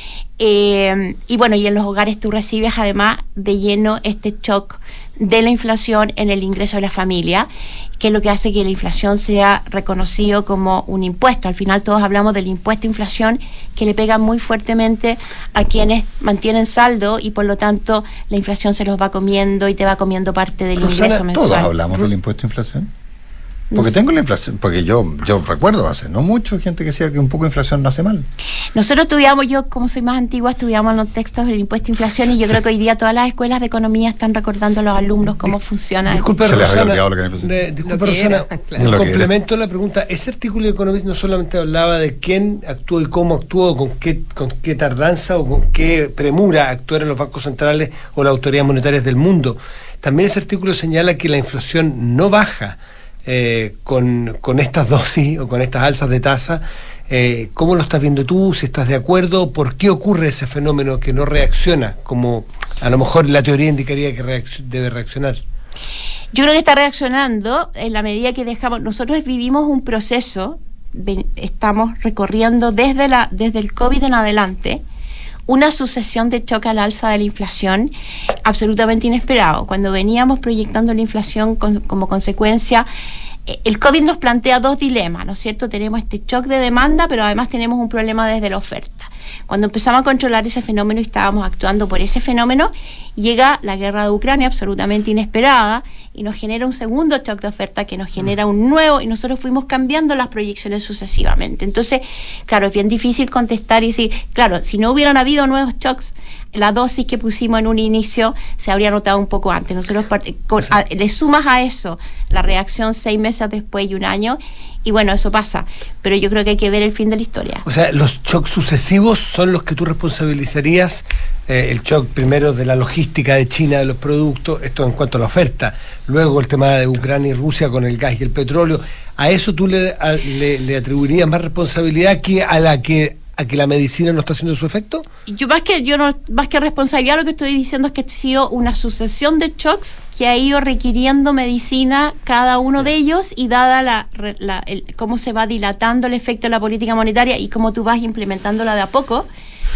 Eh, y bueno, y en los hogares tú recibes además de lleno este shock de la inflación en el ingreso de la familia, que es lo que hace que la inflación sea reconocido como un impuesto. Al final todos hablamos del impuesto de inflación, que le pega muy fuertemente a quienes mantienen saldo, y por lo tanto la inflación se los va comiendo y te va comiendo parte del Rosana, ingreso mensual. ¿Todos hablamos del impuesto de inflación? Porque tengo la inflación, porque yo yo recuerdo hace no mucho gente que decía que un poco de inflación no hace mal. Nosotros estudiamos, yo como soy más antigua, estudiamos los textos del impuesto a inflación y yo creo que hoy día todas las escuelas de economía están recordando a los alumnos cómo funciona. Disculpe, Se les había Rosana, olvidado lo que era inflación. eh, disculpe, Lo que Rosana, era, claro. Lo que complemento la pregunta. Ese artículo de Economist no solamente hablaba de quién actuó y cómo actuó, con qué, con qué tardanza o con qué premura actuaron los bancos centrales o las autoridades monetarias del mundo. También ese artículo señala que la inflación no baja eh, con, con estas dosis o con estas alzas de tasa. Eh, ¿Cómo lo estás viendo tú? Si estás de acuerdo, ¿por qué ocurre ese fenómeno que no reacciona como a lo mejor la teoría indicaría que reacc- debe reaccionar? Yo creo que está reaccionando en la medida que dejamos, nosotros vivimos un proceso, ven, estamos recorriendo desde, la, desde el COVID en adelante, una sucesión de choque al alza de la inflación absolutamente inesperado. Cuando veníamos proyectando la inflación con, como consecuencia, eh, el COVID nos plantea dos dilemas, ¿no es cierto? Tenemos este shock de demanda, pero además tenemos un problema desde la oferta. Cuando empezamos a controlar ese fenómeno y estábamos actuando por ese fenómeno, llega la guerra de Ucrania absolutamente inesperada y nos genera un segundo shock de oferta que nos genera un nuevo, y nosotros fuimos cambiando las proyecciones sucesivamente. Entonces, claro, es bien difícil contestar y decir, claro, si no hubieran habido nuevos shocks, la dosis que pusimos en un inicio se habría notado un poco antes. Nosotros con, a, le sumas a eso la reacción seis meses después y un año, y bueno, eso pasa, pero yo creo que hay que ver el fin de la historia. O sea, los shocks sucesivos son los que tú responsabilizarías, eh, el shock primero de la logística de China de los productos, esto en cuanto a la oferta, luego el tema de Ucrania y Rusia con el gas y el petróleo. ¿A eso tú le, a, le, le atribuirías más responsabilidad que a la que a que la medicina no está haciendo su efecto? Yo más que yo no más que responsabilidad, lo que estoy diciendo es que ha sido una sucesión de shocks que ha ido requiriendo medicina cada uno de ellos, y dada la, la el, cómo se va dilatando el efecto de la política monetaria y cómo tú vas implementándola de a poco,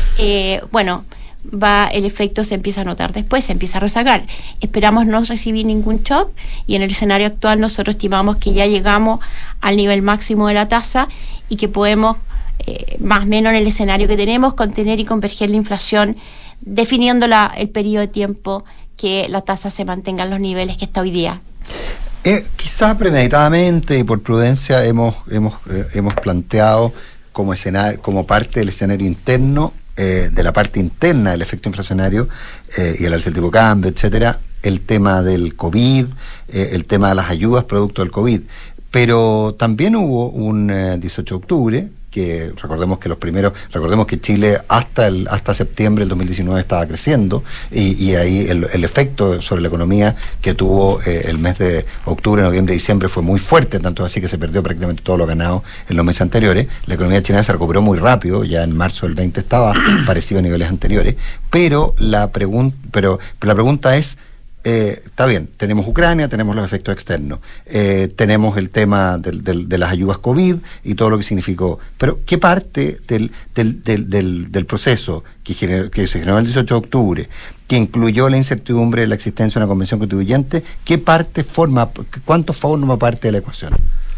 eh, bueno, va el efecto se empieza a notar después, se empieza a rezagar. Esperamos no recibir ningún shock, y en el escenario actual nosotros estimamos que ya llegamos al nivel máximo de la tasa y que podemos, Eh, más o menos en el escenario que tenemos, contener y converger la inflación, definiendo la, el periodo de tiempo que la tasa se mantenga en los niveles que está hoy día. Eh, quizá premeditadamente y por prudencia hemos hemos eh, hemos planteado como escenario, como parte del escenario interno, eh, de la parte interna del efecto inflacionario eh, y el alza del tipo de cambio, etcétera, el tema del COVID, eh, el tema de las ayudas producto del COVID. Pero también hubo un eh, dieciocho de octubre, que recordemos que los primeros, recordemos que Chile hasta el hasta septiembre del dos mil diecinueve estaba creciendo, y, y ahí el, el efecto sobre la economía que tuvo eh, el mes de octubre, noviembre y diciembre fue muy fuerte, tanto así que se perdió prácticamente todo lo ganado en los meses anteriores. La economía chilena se recuperó muy rápido, ya en marzo del veinte estaba parecido a niveles anteriores, pero la pregunta pero, pero la pregunta es, Eh, está bien, tenemos Ucrania, tenemos los efectos externos, eh, tenemos el tema del, del, de las ayudas COVID y todo lo que significó, pero ¿qué parte del, del, del, del, del proceso que, generó, que se generó el dieciocho de octubre, que incluyó la incertidumbre de la existencia de una convención constituyente, qué parte forma, cuánto forma parte de la ecuación?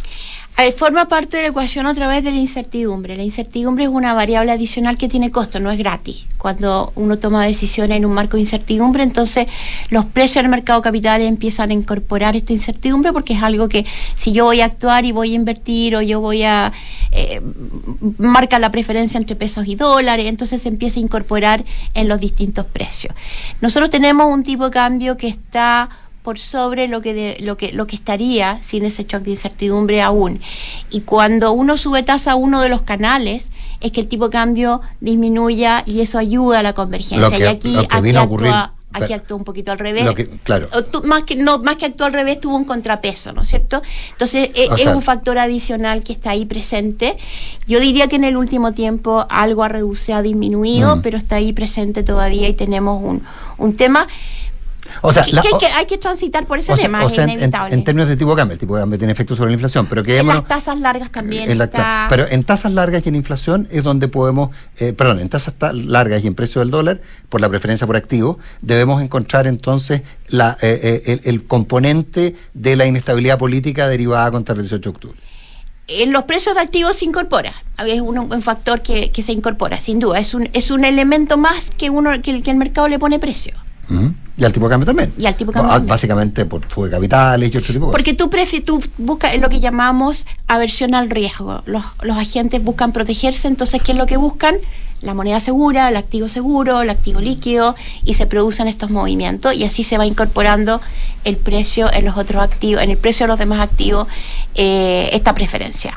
A ver, forma parte de la ecuación a través de la incertidumbre. La incertidumbre es una variable adicional que tiene costo, no es gratis. Cuando uno toma decisiones en un marco de incertidumbre, entonces los precios del mercado de capitales empiezan a incorporar esta incertidumbre, porque es algo que si yo voy a actuar y voy a invertir, o yo voy a eh, marcar la preferencia entre pesos y dólares, entonces se empieza a incorporar en los distintos precios. Nosotros tenemos un tipo de cambio que está por sobre lo que, de, lo que lo que estaría sin ese shock de incertidumbre aún. Y cuando uno sube tasa a uno de los canales, es que el tipo de cambio disminuya, y eso ayuda a la convergencia. Que, y aquí, aquí, actúa, aquí actúa un poquito al revés. Lo que, claro. Tú, más que no más que actuó al revés, tuvo un contrapeso, ¿no es cierto? Entonces es, es un factor adicional que está ahí presente. Yo diría que en el último tiempo algo ha reducido, ha disminuido, mm. pero está ahí presente todavía, y tenemos un, un tema. O sea, que, la, que hay, que, hay que transitar por ese o tema, sea, es o sea, inevitable. En, en términos de tipo de cambio, el tipo de cambio tiene efecto sobre la inflación, pero que en las tasas largas también en la, está... Pero en tasas largas y en inflación es donde podemos, eh, perdón, en tasas largas y en precio del dólar, por la preferencia por activo, debemos encontrar entonces la, eh, eh, el, el componente de la inestabilidad política derivada contra el dieciocho de octubre. En los precios de activos se incorpora, es un, un factor que, que se incorpora, sin duda, es un, es un elemento más que uno que el, que el mercado le pone precio. Uh-huh. Y al tipo de cambio también. Y al tipo de cambio también. Básicamente por fuga de capitales y otro tipo de cosas. Porque tú, prefi- tú buscas lo que llamamos aversión al riesgo. Los, los agentes buscan protegerse, entonces, ¿qué es lo que buscan? La moneda segura, el activo seguro, el activo líquido, y se producen estos movimientos, y así se va incorporando el precio en los otros activos, en el precio de los demás activos, eh, esta preferencia.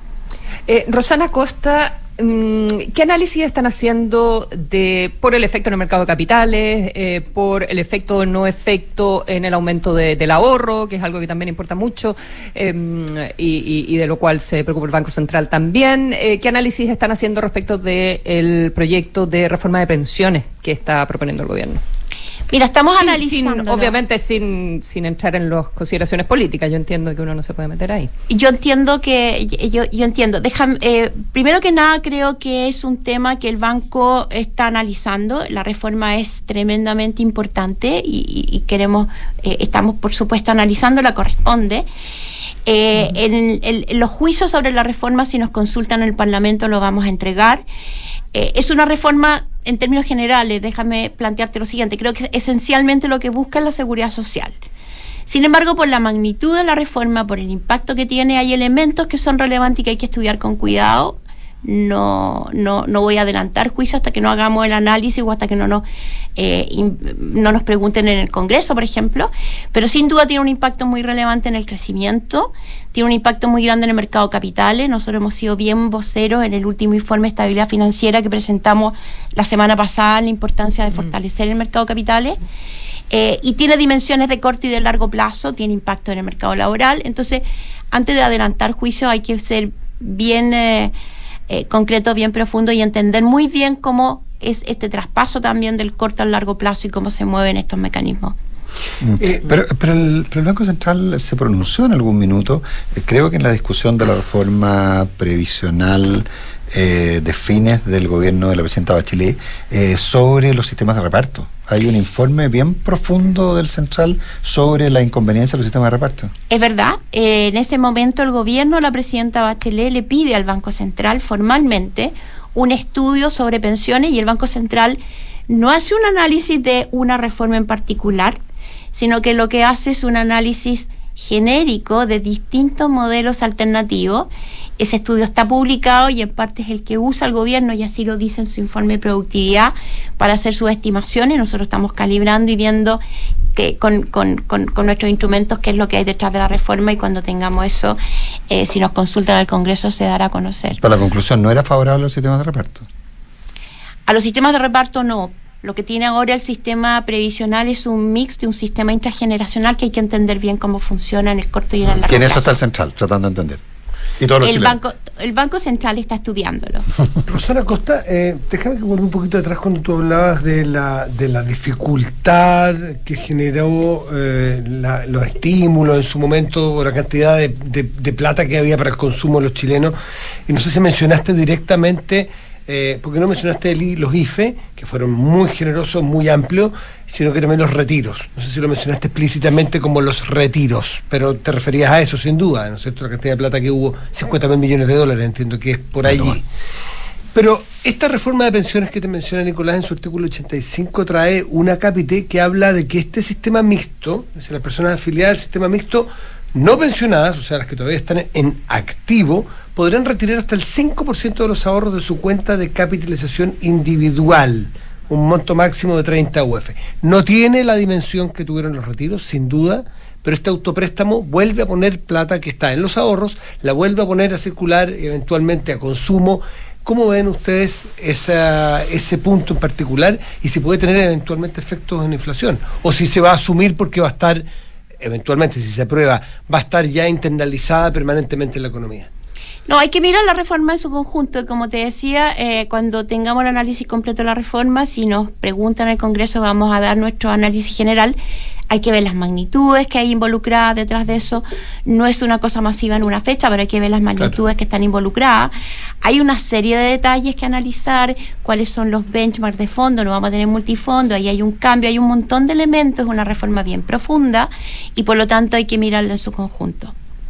Eh, Rosana Costa, ¿qué análisis están haciendo de por el efecto en el mercado de capitales, eh, por el efecto o no efecto en el aumento de, del ahorro, que es algo que también importa mucho, eh, y, y, y de lo cual se preocupa el Banco Central también? Eh, ¿Qué análisis están haciendo respecto del proyecto de reforma de pensiones que está proponiendo el gobierno? Mira, estamos sin, analizando. Sin, obviamente sin, sin entrar en las consideraciones políticas. Yo entiendo que uno no se puede meter ahí. Yo entiendo que, yo, yo entiendo. Déjame, eh, primero que nada, creo que es un tema que el banco está analizando. La reforma es tremendamente importante y, y, y queremos, eh, estamos por supuesto analizando, la corresponde. Eh, uh-huh. en, en, en los juicios sobre la reforma, si nos consultan en el Parlamento, lo vamos a entregar. Eh, es una reforma, en términos generales, déjame plantearte lo siguiente, creo que esencialmente lo que busca es la seguridad social. Sin embargo, por la magnitud de la reforma, por el impacto que tiene, hay elementos que son relevantes y que hay que estudiar con cuidado. No, no, no voy a adelantar juicio hasta que no hagamos el análisis o hasta que no nos, eh, in, no nos pregunten en el Congreso, por ejemplo, pero sin duda tiene un impacto muy relevante en el crecimiento, tiene un impacto muy grande en el mercado de capitales. Nosotros hemos sido bien voceros en el último informe de estabilidad financiera que presentamos la semana pasada, la importancia de fortalecer el mercado de capitales. Eh, y tiene dimensiones de corto y de largo plazo, tiene impacto en el mercado laboral. Entonces, antes de adelantar juicio hay que ser bien eh, eh, concreto, bien profundo y entender muy bien cómo es este traspaso también del corto al largo plazo y cómo se mueven estos mecanismos. Eh, pero, pero, el, pero el Banco Central se pronunció en algún minuto, eh, creo que en la discusión de la reforma previsional eh, de fines del gobierno de la presidenta Bachelet, eh, sobre los sistemas de reparto. Hay un informe bien profundo del Central sobre la inconveniencia de los sistemas de reparto. Es verdad, eh, en ese momento el gobierno, la presidenta Bachelet, le pide al Banco Central formalmente un estudio sobre pensiones, y el Banco Central no hace un análisis de una reforma en particular, sino que lo que hace es un análisis genérico de distintos modelos alternativos. Ese estudio está publicado y en parte es el que usa el gobierno, y así lo dice en su informe de productividad, para hacer sus estimaciones. Nosotros estamos calibrando y viendo que con, con, con, con nuestros instrumentos qué es lo que hay detrás de la reforma, y cuando tengamos eso, eh, si nos consultan al Congreso, se dará a conocer. Pero la conclusión no era favorable a los sistemas de reparto. A los sistemas de reparto no. Lo que tiene ahora el sistema previsional es un mix de un sistema intrageneracional que hay que entender bien cómo funciona en el corto y en el largo plazo. Que en eso está el Central, tratando de entender. Y todos los el chilenos. banco el Banco Central está estudiándolo. Rosana Costa, eh, déjame que vuelva un poquito atrás cuando tú hablabas de la de la dificultad que generó eh, la, los estímulos en su momento, o la cantidad de, de, de plata que había para el consumo de los chilenos, y no sé si mencionaste directamente, eh, porque no mencionaste el, los I F E, que fueron muy generosos, muy amplios, sino que también los retiros. No sé si lo mencionaste explícitamente como los retiros, pero te referías a eso sin duda, ¿no es cierto? La cantidad de plata que hubo, cincuenta mil millones de dólares, entiendo que es por allí. Pero esta reforma de pensiones que te menciona Nicolás en su artículo ochenta y cinco trae una cápite que habla de que este sistema mixto, es decir, las personas afiliadas al sistema mixto no pensionadas, o sea, las que todavía están en activo, podrán retirar hasta el cinco por ciento de los ahorros de su cuenta de capitalización individual, un monto máximo de treinta U F. No tiene la dimensión que tuvieron los retiros, sin duda, pero este autopréstamo vuelve a poner plata que está en los ahorros, la vuelve a poner a circular eventualmente a consumo. ¿Cómo ven ustedes esa, ese punto en particular, y si puede tener eventualmente efectos en inflación? O si se va a asumir porque va a estar, eventualmente, si se aprueba, va a estar ya internalizada permanentemente en la economía. No, hay que mirar la reforma en su conjunto, y como te decía, eh, cuando tengamos el análisis completo de la reforma, si nos preguntan en el Congreso, vamos a dar nuestro análisis general. Hay que ver las magnitudes que hay involucradas detrás de eso. No es una cosa masiva en una fecha, pero hay que ver las magnitudes, claro, que están involucradas. Hay una serie de detalles que analizar, cuáles son los benchmarks de fondo, no vamos a tener multifondo, ahí hay un cambio, hay un montón de elementos, es una reforma bien profunda, y por lo tanto hay que mirarla en su conjunto.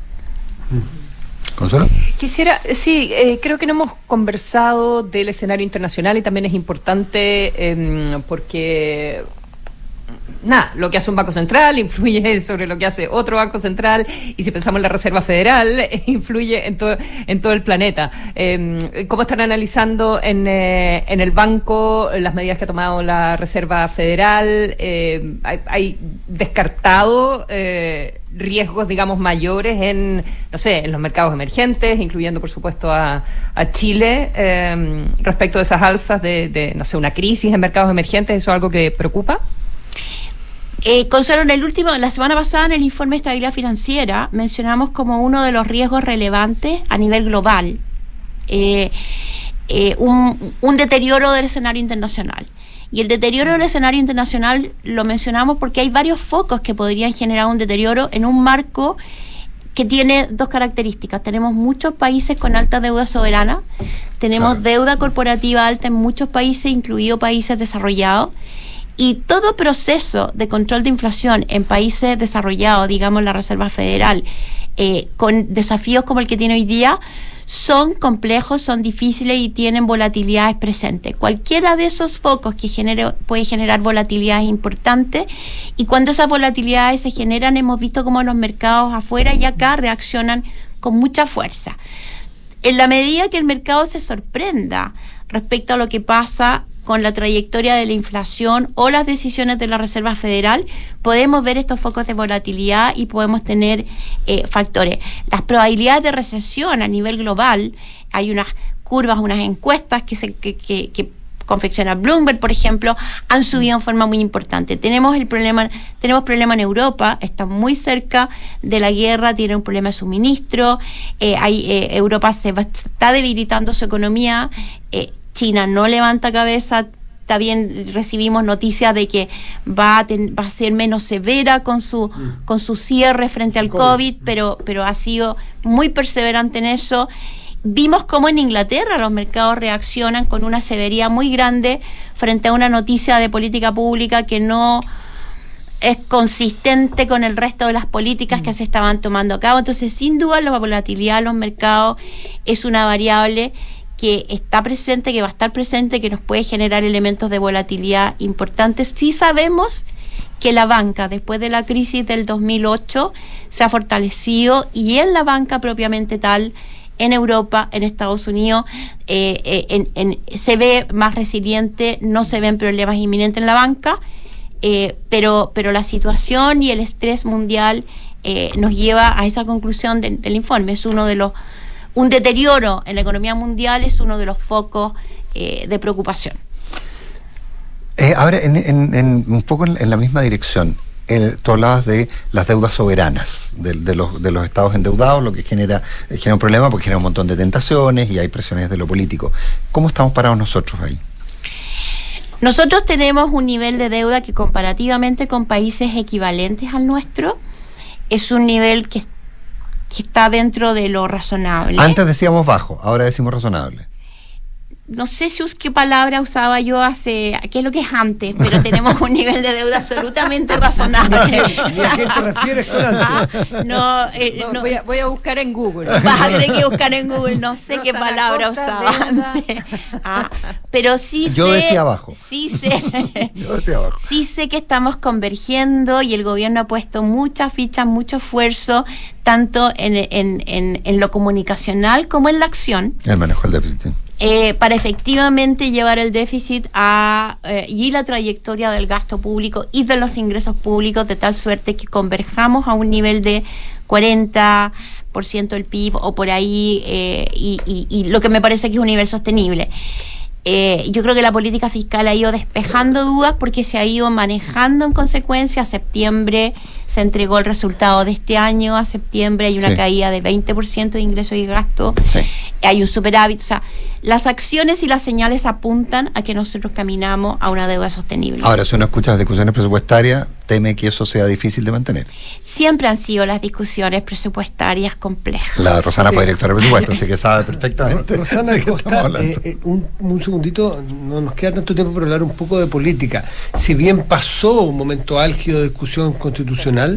¿Consuelo? Quisiera, sí, eh, creo que no hemos conversado del escenario internacional, y también es importante eh, porque nada, lo que hace un banco central influye sobre lo que hace otro banco central, y si pensamos en la Reserva Federal, influye en todo, en todo el planeta. Eh, ¿Cómo están analizando en, eh, en el banco las medidas que ha tomado la Reserva Federal? Eh, ¿hay, hay descartado eh, riesgos, digamos, mayores en, no sé, en los mercados emergentes, incluyendo, por supuesto, a, a Chile, eh, respecto de esas alzas de, de, no sé, una crisis en mercados emergentes? ¿Eso es algo que preocupa? Eh, Consuelo, en el último, la semana pasada en el informe de estabilidad financiera mencionamos como uno de los riesgos relevantes a nivel global eh, eh, un, un deterioro del escenario internacional. Y el deterioro del escenario internacional lo mencionamos porque hay varios focos que podrían generar un deterioro en un marco que tiene dos características. Tenemos muchos países con alta deuda soberana, tenemos claro. deuda corporativa alta en muchos países, incluidos países desarrollados. Y todo proceso de control de inflación en países desarrollados, digamos la Reserva Federal, eh, con desafíos como el que tiene hoy día, son complejos, son difíciles y tienen volatilidades presentes. Cualquiera de esos focos que genere, puede generar volatilidades importantes, y cuando esas volatilidades se generan, hemos visto cómo los mercados afuera y acá reaccionan con mucha fuerza. En la medida que el mercado se sorprenda respecto a lo que pasa con la trayectoria de la inflación o las decisiones de la Reserva Federal, podemos ver estos focos de volatilidad y podemos tener eh, factores. Las probabilidades de recesión a nivel global, hay unas curvas, unas encuestas que, se, que, que, que confecciona Bloomberg, por ejemplo, han subido en forma muy importante. Tenemos el problema, tenemos problema en Europa, está muy cerca de la guerra, tiene un problema de suministro, eh, hay, eh, Europa se va, está debilitando su economía, eh, China no levanta cabeza, también recibimos noticias de que va a, ten, va a ser menos severa con su mm. con su cierre frente al COVID, pero, pero ha sido muy perseverante en eso. Vimos cómo en Inglaterra los mercados reaccionan con una severidad muy grande frente a una noticia de política pública que no es consistente con el resto de las políticas mm. que se estaban tomando a cabo. Entonces, sin duda, la volatilidad de los mercados es una variable que está presente, que va a estar presente, que nos puede generar elementos de volatilidad importantes. Sí sabemos que la banca, después de la crisis del dos mil ocho, se ha fortalecido, y en la banca propiamente tal, en Europa, en Estados Unidos, eh, eh, en, en, se ve más resiliente, no se ven problemas inminentes en la banca, eh, pero, pero la situación y el estrés mundial eh, nos lleva a esa conclusión de, del informe. Es uno de los Un deterioro en la economía mundial es uno de los focos eh, de preocupación. Eh, ahora, en, en, en, un poco en, en la misma dirección, el, tú hablabas de las deudas soberanas, de, de, los, de los estados endeudados, lo que genera, eh, genera un problema porque genera un montón de tentaciones y hay presiones de lo político. ¿Cómo estamos parados nosotros ahí? Nosotros tenemos un nivel de deuda que, comparativamente con países equivalentes al nuestro, es un nivel que que está dentro de lo razonable. Antes decíamos bajo, ahora decimos razonable. No sé si us, qué palabra usaba yo hace, qué es lo que es antes, pero tenemos un nivel de deuda absolutamente razonable. ¿Y a qué te refieres con antes? No, eh, no, no voy, a, voy a buscar en Google. Vas a tener que buscar en Google, no sé qué palabra usaba antes. Ah, pero sí yo sé... decía abajo. Sí sé. yo decía abajo. Sí sé que estamos convergiendo y el gobierno ha puesto muchas fichas, mucho esfuerzo, tanto en, en, en, en lo comunicacional como en la acción. El manejo del déficit. Eh, para efectivamente llevar el déficit a eh, y la trayectoria del gasto público y de los ingresos públicos de tal suerte que converjamos a un nivel de cuarenta por ciento del P I B o por ahí, eh, y, y, y lo que me parece que es un nivel sostenible. Eh, yo creo que la política fiscal ha ido despejando dudas porque se ha ido manejando en consecuencia. A septiembre se entregó el resultado de este año, a septiembre hay una sí. caída de veinte por ciento de ingresos y gastos, sí. hay un superávit, o sea, las acciones y las señales apuntan a que nosotros caminamos a una deuda sostenible. Ahora, si uno escucha las discusiones presupuestarias, teme que eso sea difícil de mantener. Siempre han sido las discusiones presupuestarias complejas. La Rosana fue directora de presupuesto, así que sabe perfectamente. Rosana Costa, eh, eh, un, un segundito, no nos queda tanto tiempo para hablar un poco de política. Si bien pasó un momento álgido de discusión constitucional,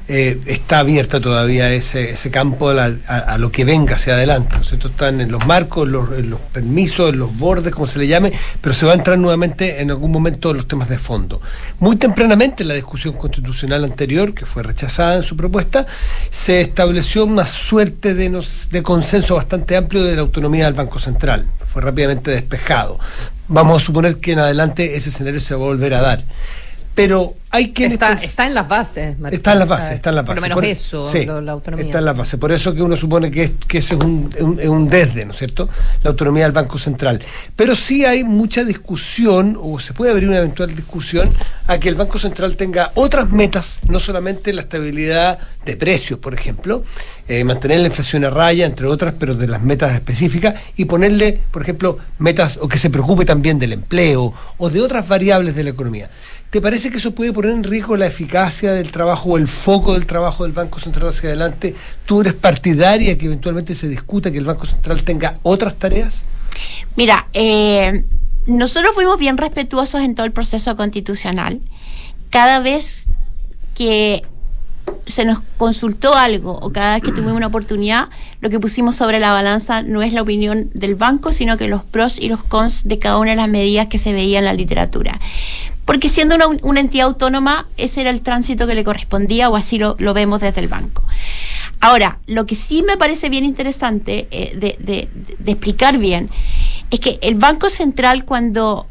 eh, está abierta todavía ese, ese campo a, la, a, a lo que venga hacia adelante, ¿no es cierto? Están en los marcos, en los, en los permisos, en los bordes, como se le llame, pero se va a entrar nuevamente en algún momento en los temas de fondo. Muy tempranamente en la discusión constitucional anterior, que fue rechazada en su propuesta, se estableció una suerte de, nos, de consenso bastante amplio de la autonomía del Banco Central. Fue rápidamente despejado. Vamos a suponer que en adelante ese escenario se va a volver a dar. Pero hay que... Está, está en las bases, Martín. Está en las bases, está en las bases. Por lo menos por, eso, sí, lo, la autonomía. Está en las bases. Por eso que uno supone que, es, que ese es un, un, un desde, ¿no es cierto? La autonomía del Banco Central. Pero sí hay mucha discusión, o se puede abrir una eventual discusión, a que el Banco Central tenga otras metas, no solamente la estabilidad de precios, por ejemplo, eh, mantener la inflación a raya, entre otras, pero de las metas específicas, y ponerle, por ejemplo, metas, o que se preocupe también del empleo, o de otras variables de la economía. ¿Te parece que eso puede poner en riesgo la eficacia del trabajo o el foco del trabajo del Banco Central hacia adelante? ¿Tú eres partidaria que eventualmente se discuta que el Banco Central tenga otras tareas? Mira, eh, nosotros fuimos bien respetuosos en todo el proceso constitucional. Cada vez que se nos consultó algo o cada vez que tuvimos una oportunidad, lo que pusimos sobre la balanza no es la opinión del banco, sino que los pros y los cons de cada una de las medidas que se veía en la literatura. Porque siendo una, una entidad autónoma, ese era el tránsito que le correspondía, o así lo, lo vemos desde el banco. Ahora, lo que sí me parece bien interesante eh, de, de, de explicar bien, es que el Banco Central, cuando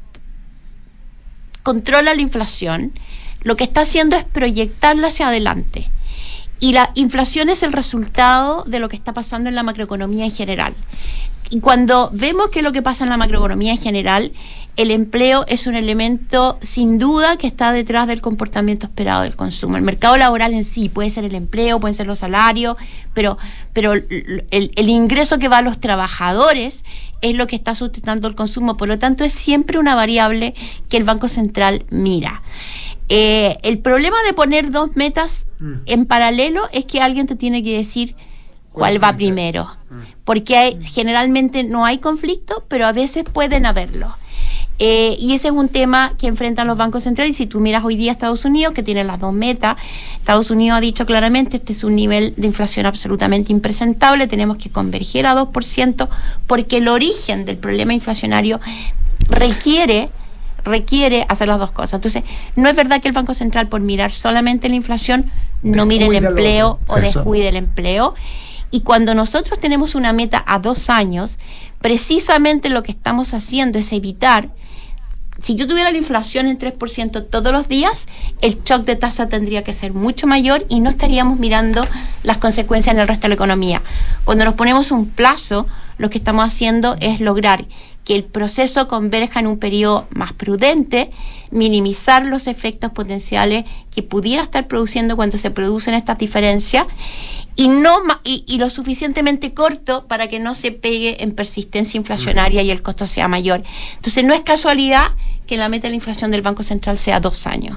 controla la inflación, lo que está haciendo es proyectarla hacia adelante. Y la inflación es el resultado de lo que está pasando en la macroeconomía en general. Y cuando vemos que lo que pasa en la macroeconomía en general, el empleo es un elemento sin duda que está detrás del comportamiento esperado del consumo. El mercado laboral en sí puede ser el empleo, pueden ser los salarios, pero, pero el, el ingreso que va a los trabajadores es lo que está sustentando el consumo. Por lo tanto, es siempre una variable que el Banco Central mira. Eh, el problema de poner dos metas mm. en paralelo es que alguien te tiene que decir cuál va primero, porque hay, generalmente no hay conflicto, pero a veces pueden haberlo. Eh, y ese es un tema que enfrentan los bancos centrales. Y si tú miras hoy día a Estados Unidos, que tiene las dos metas, Estados Unidos ha dicho claramente, este es un nivel de inflación absolutamente impresentable, tenemos que converger a dos por ciento, porque el origen del problema inflacionario requiere requiere hacer las dos cosas. Entonces, no es verdad que el Banco Central, por mirar solamente la inflación, no mire el empleo o descuide el empleo. Y cuando nosotros tenemos una meta a dos años, precisamente lo que estamos haciendo es evitar, si yo tuviera la inflación en tres por ciento todos los días, el shock de tasa tendría que ser mucho mayor y no estaríamos mirando las consecuencias en el resto de la economía. Cuando nos ponemos un plazo, lo que estamos haciendo es lograr que el proceso converja en un periodo más prudente, minimizar los efectos potenciales que pudiera estar produciendo cuando se producen estas diferencias, y no y, y lo suficientemente corto para que no se pegue en persistencia inflacionaria y el costo sea mayor. Entonces, no es casualidad que la meta de la inflación del Banco Central sea dos años.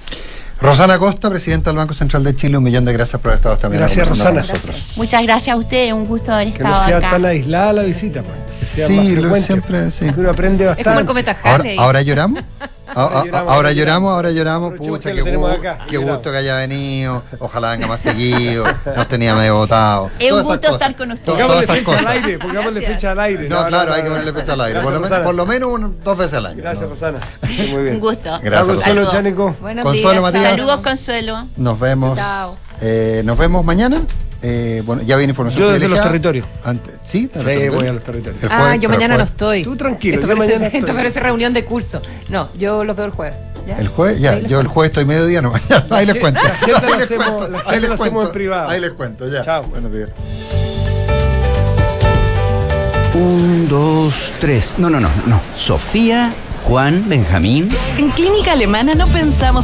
Rosana Costa, presidenta del Banco Central de Chile, un millón de gracias por haber estado también. Gracias, Rosana. Gracias. Muchas gracias a ustedes, un gusto haber que estado acá. Que no sea acá. tan aislada la visita, pues. Que sea sí, más lo frecuente. siempre, sí. Uno aprende bastante. Es como el cometa Halley. Ahora, ahora lloramos. Ahora, lloramos, ahora lloramos, ahora lloramos, que pucha, qué, lo tenemos gu- acá. qué gusto que haya venido, ojalá venga más seguido, nos tenía medio botados. Es un gusto estar con ustedes. Pongámosle fecha al aire, pongámosle fecha al aire. No, claro, hay que ponerle fecha al aire, por lo, menos, por lo menos un, dos veces al año. Gracias, ¿no? Rosana. Muy bien. Un gusto. Gracias. Consuelo, Chánico. Buenos Consuelo, días. Matías. Saludos, Consuelo. Nos vemos. Chao. Eh, nos vemos mañana. Eh, bueno, ya viene información. Yo desde los privilegiada. territorios. Antes, ¿Sí? Sí, sí voy a los territorios. El Ah, jueves, yo pero mañana el no jueves. estoy. Tú tranquilo, Esto yo parece, mañana esto estoy. parece reunión de curso. No, yo los veo el jueves. ¿Ya? El jueves, ya, Ahí les yo el cuento. jueves estoy mediodía, no, ahí les cuento. La agenda Ahí la les hacemos, cuento, la ahí agenda les la hacemos cuento, en privado. Ahí les cuento, ya. Chao. Buenos días. Un, dos, tres. No, no, no, no. Sofía, Juan, Benjamín. En Clínica Alemana no pensamos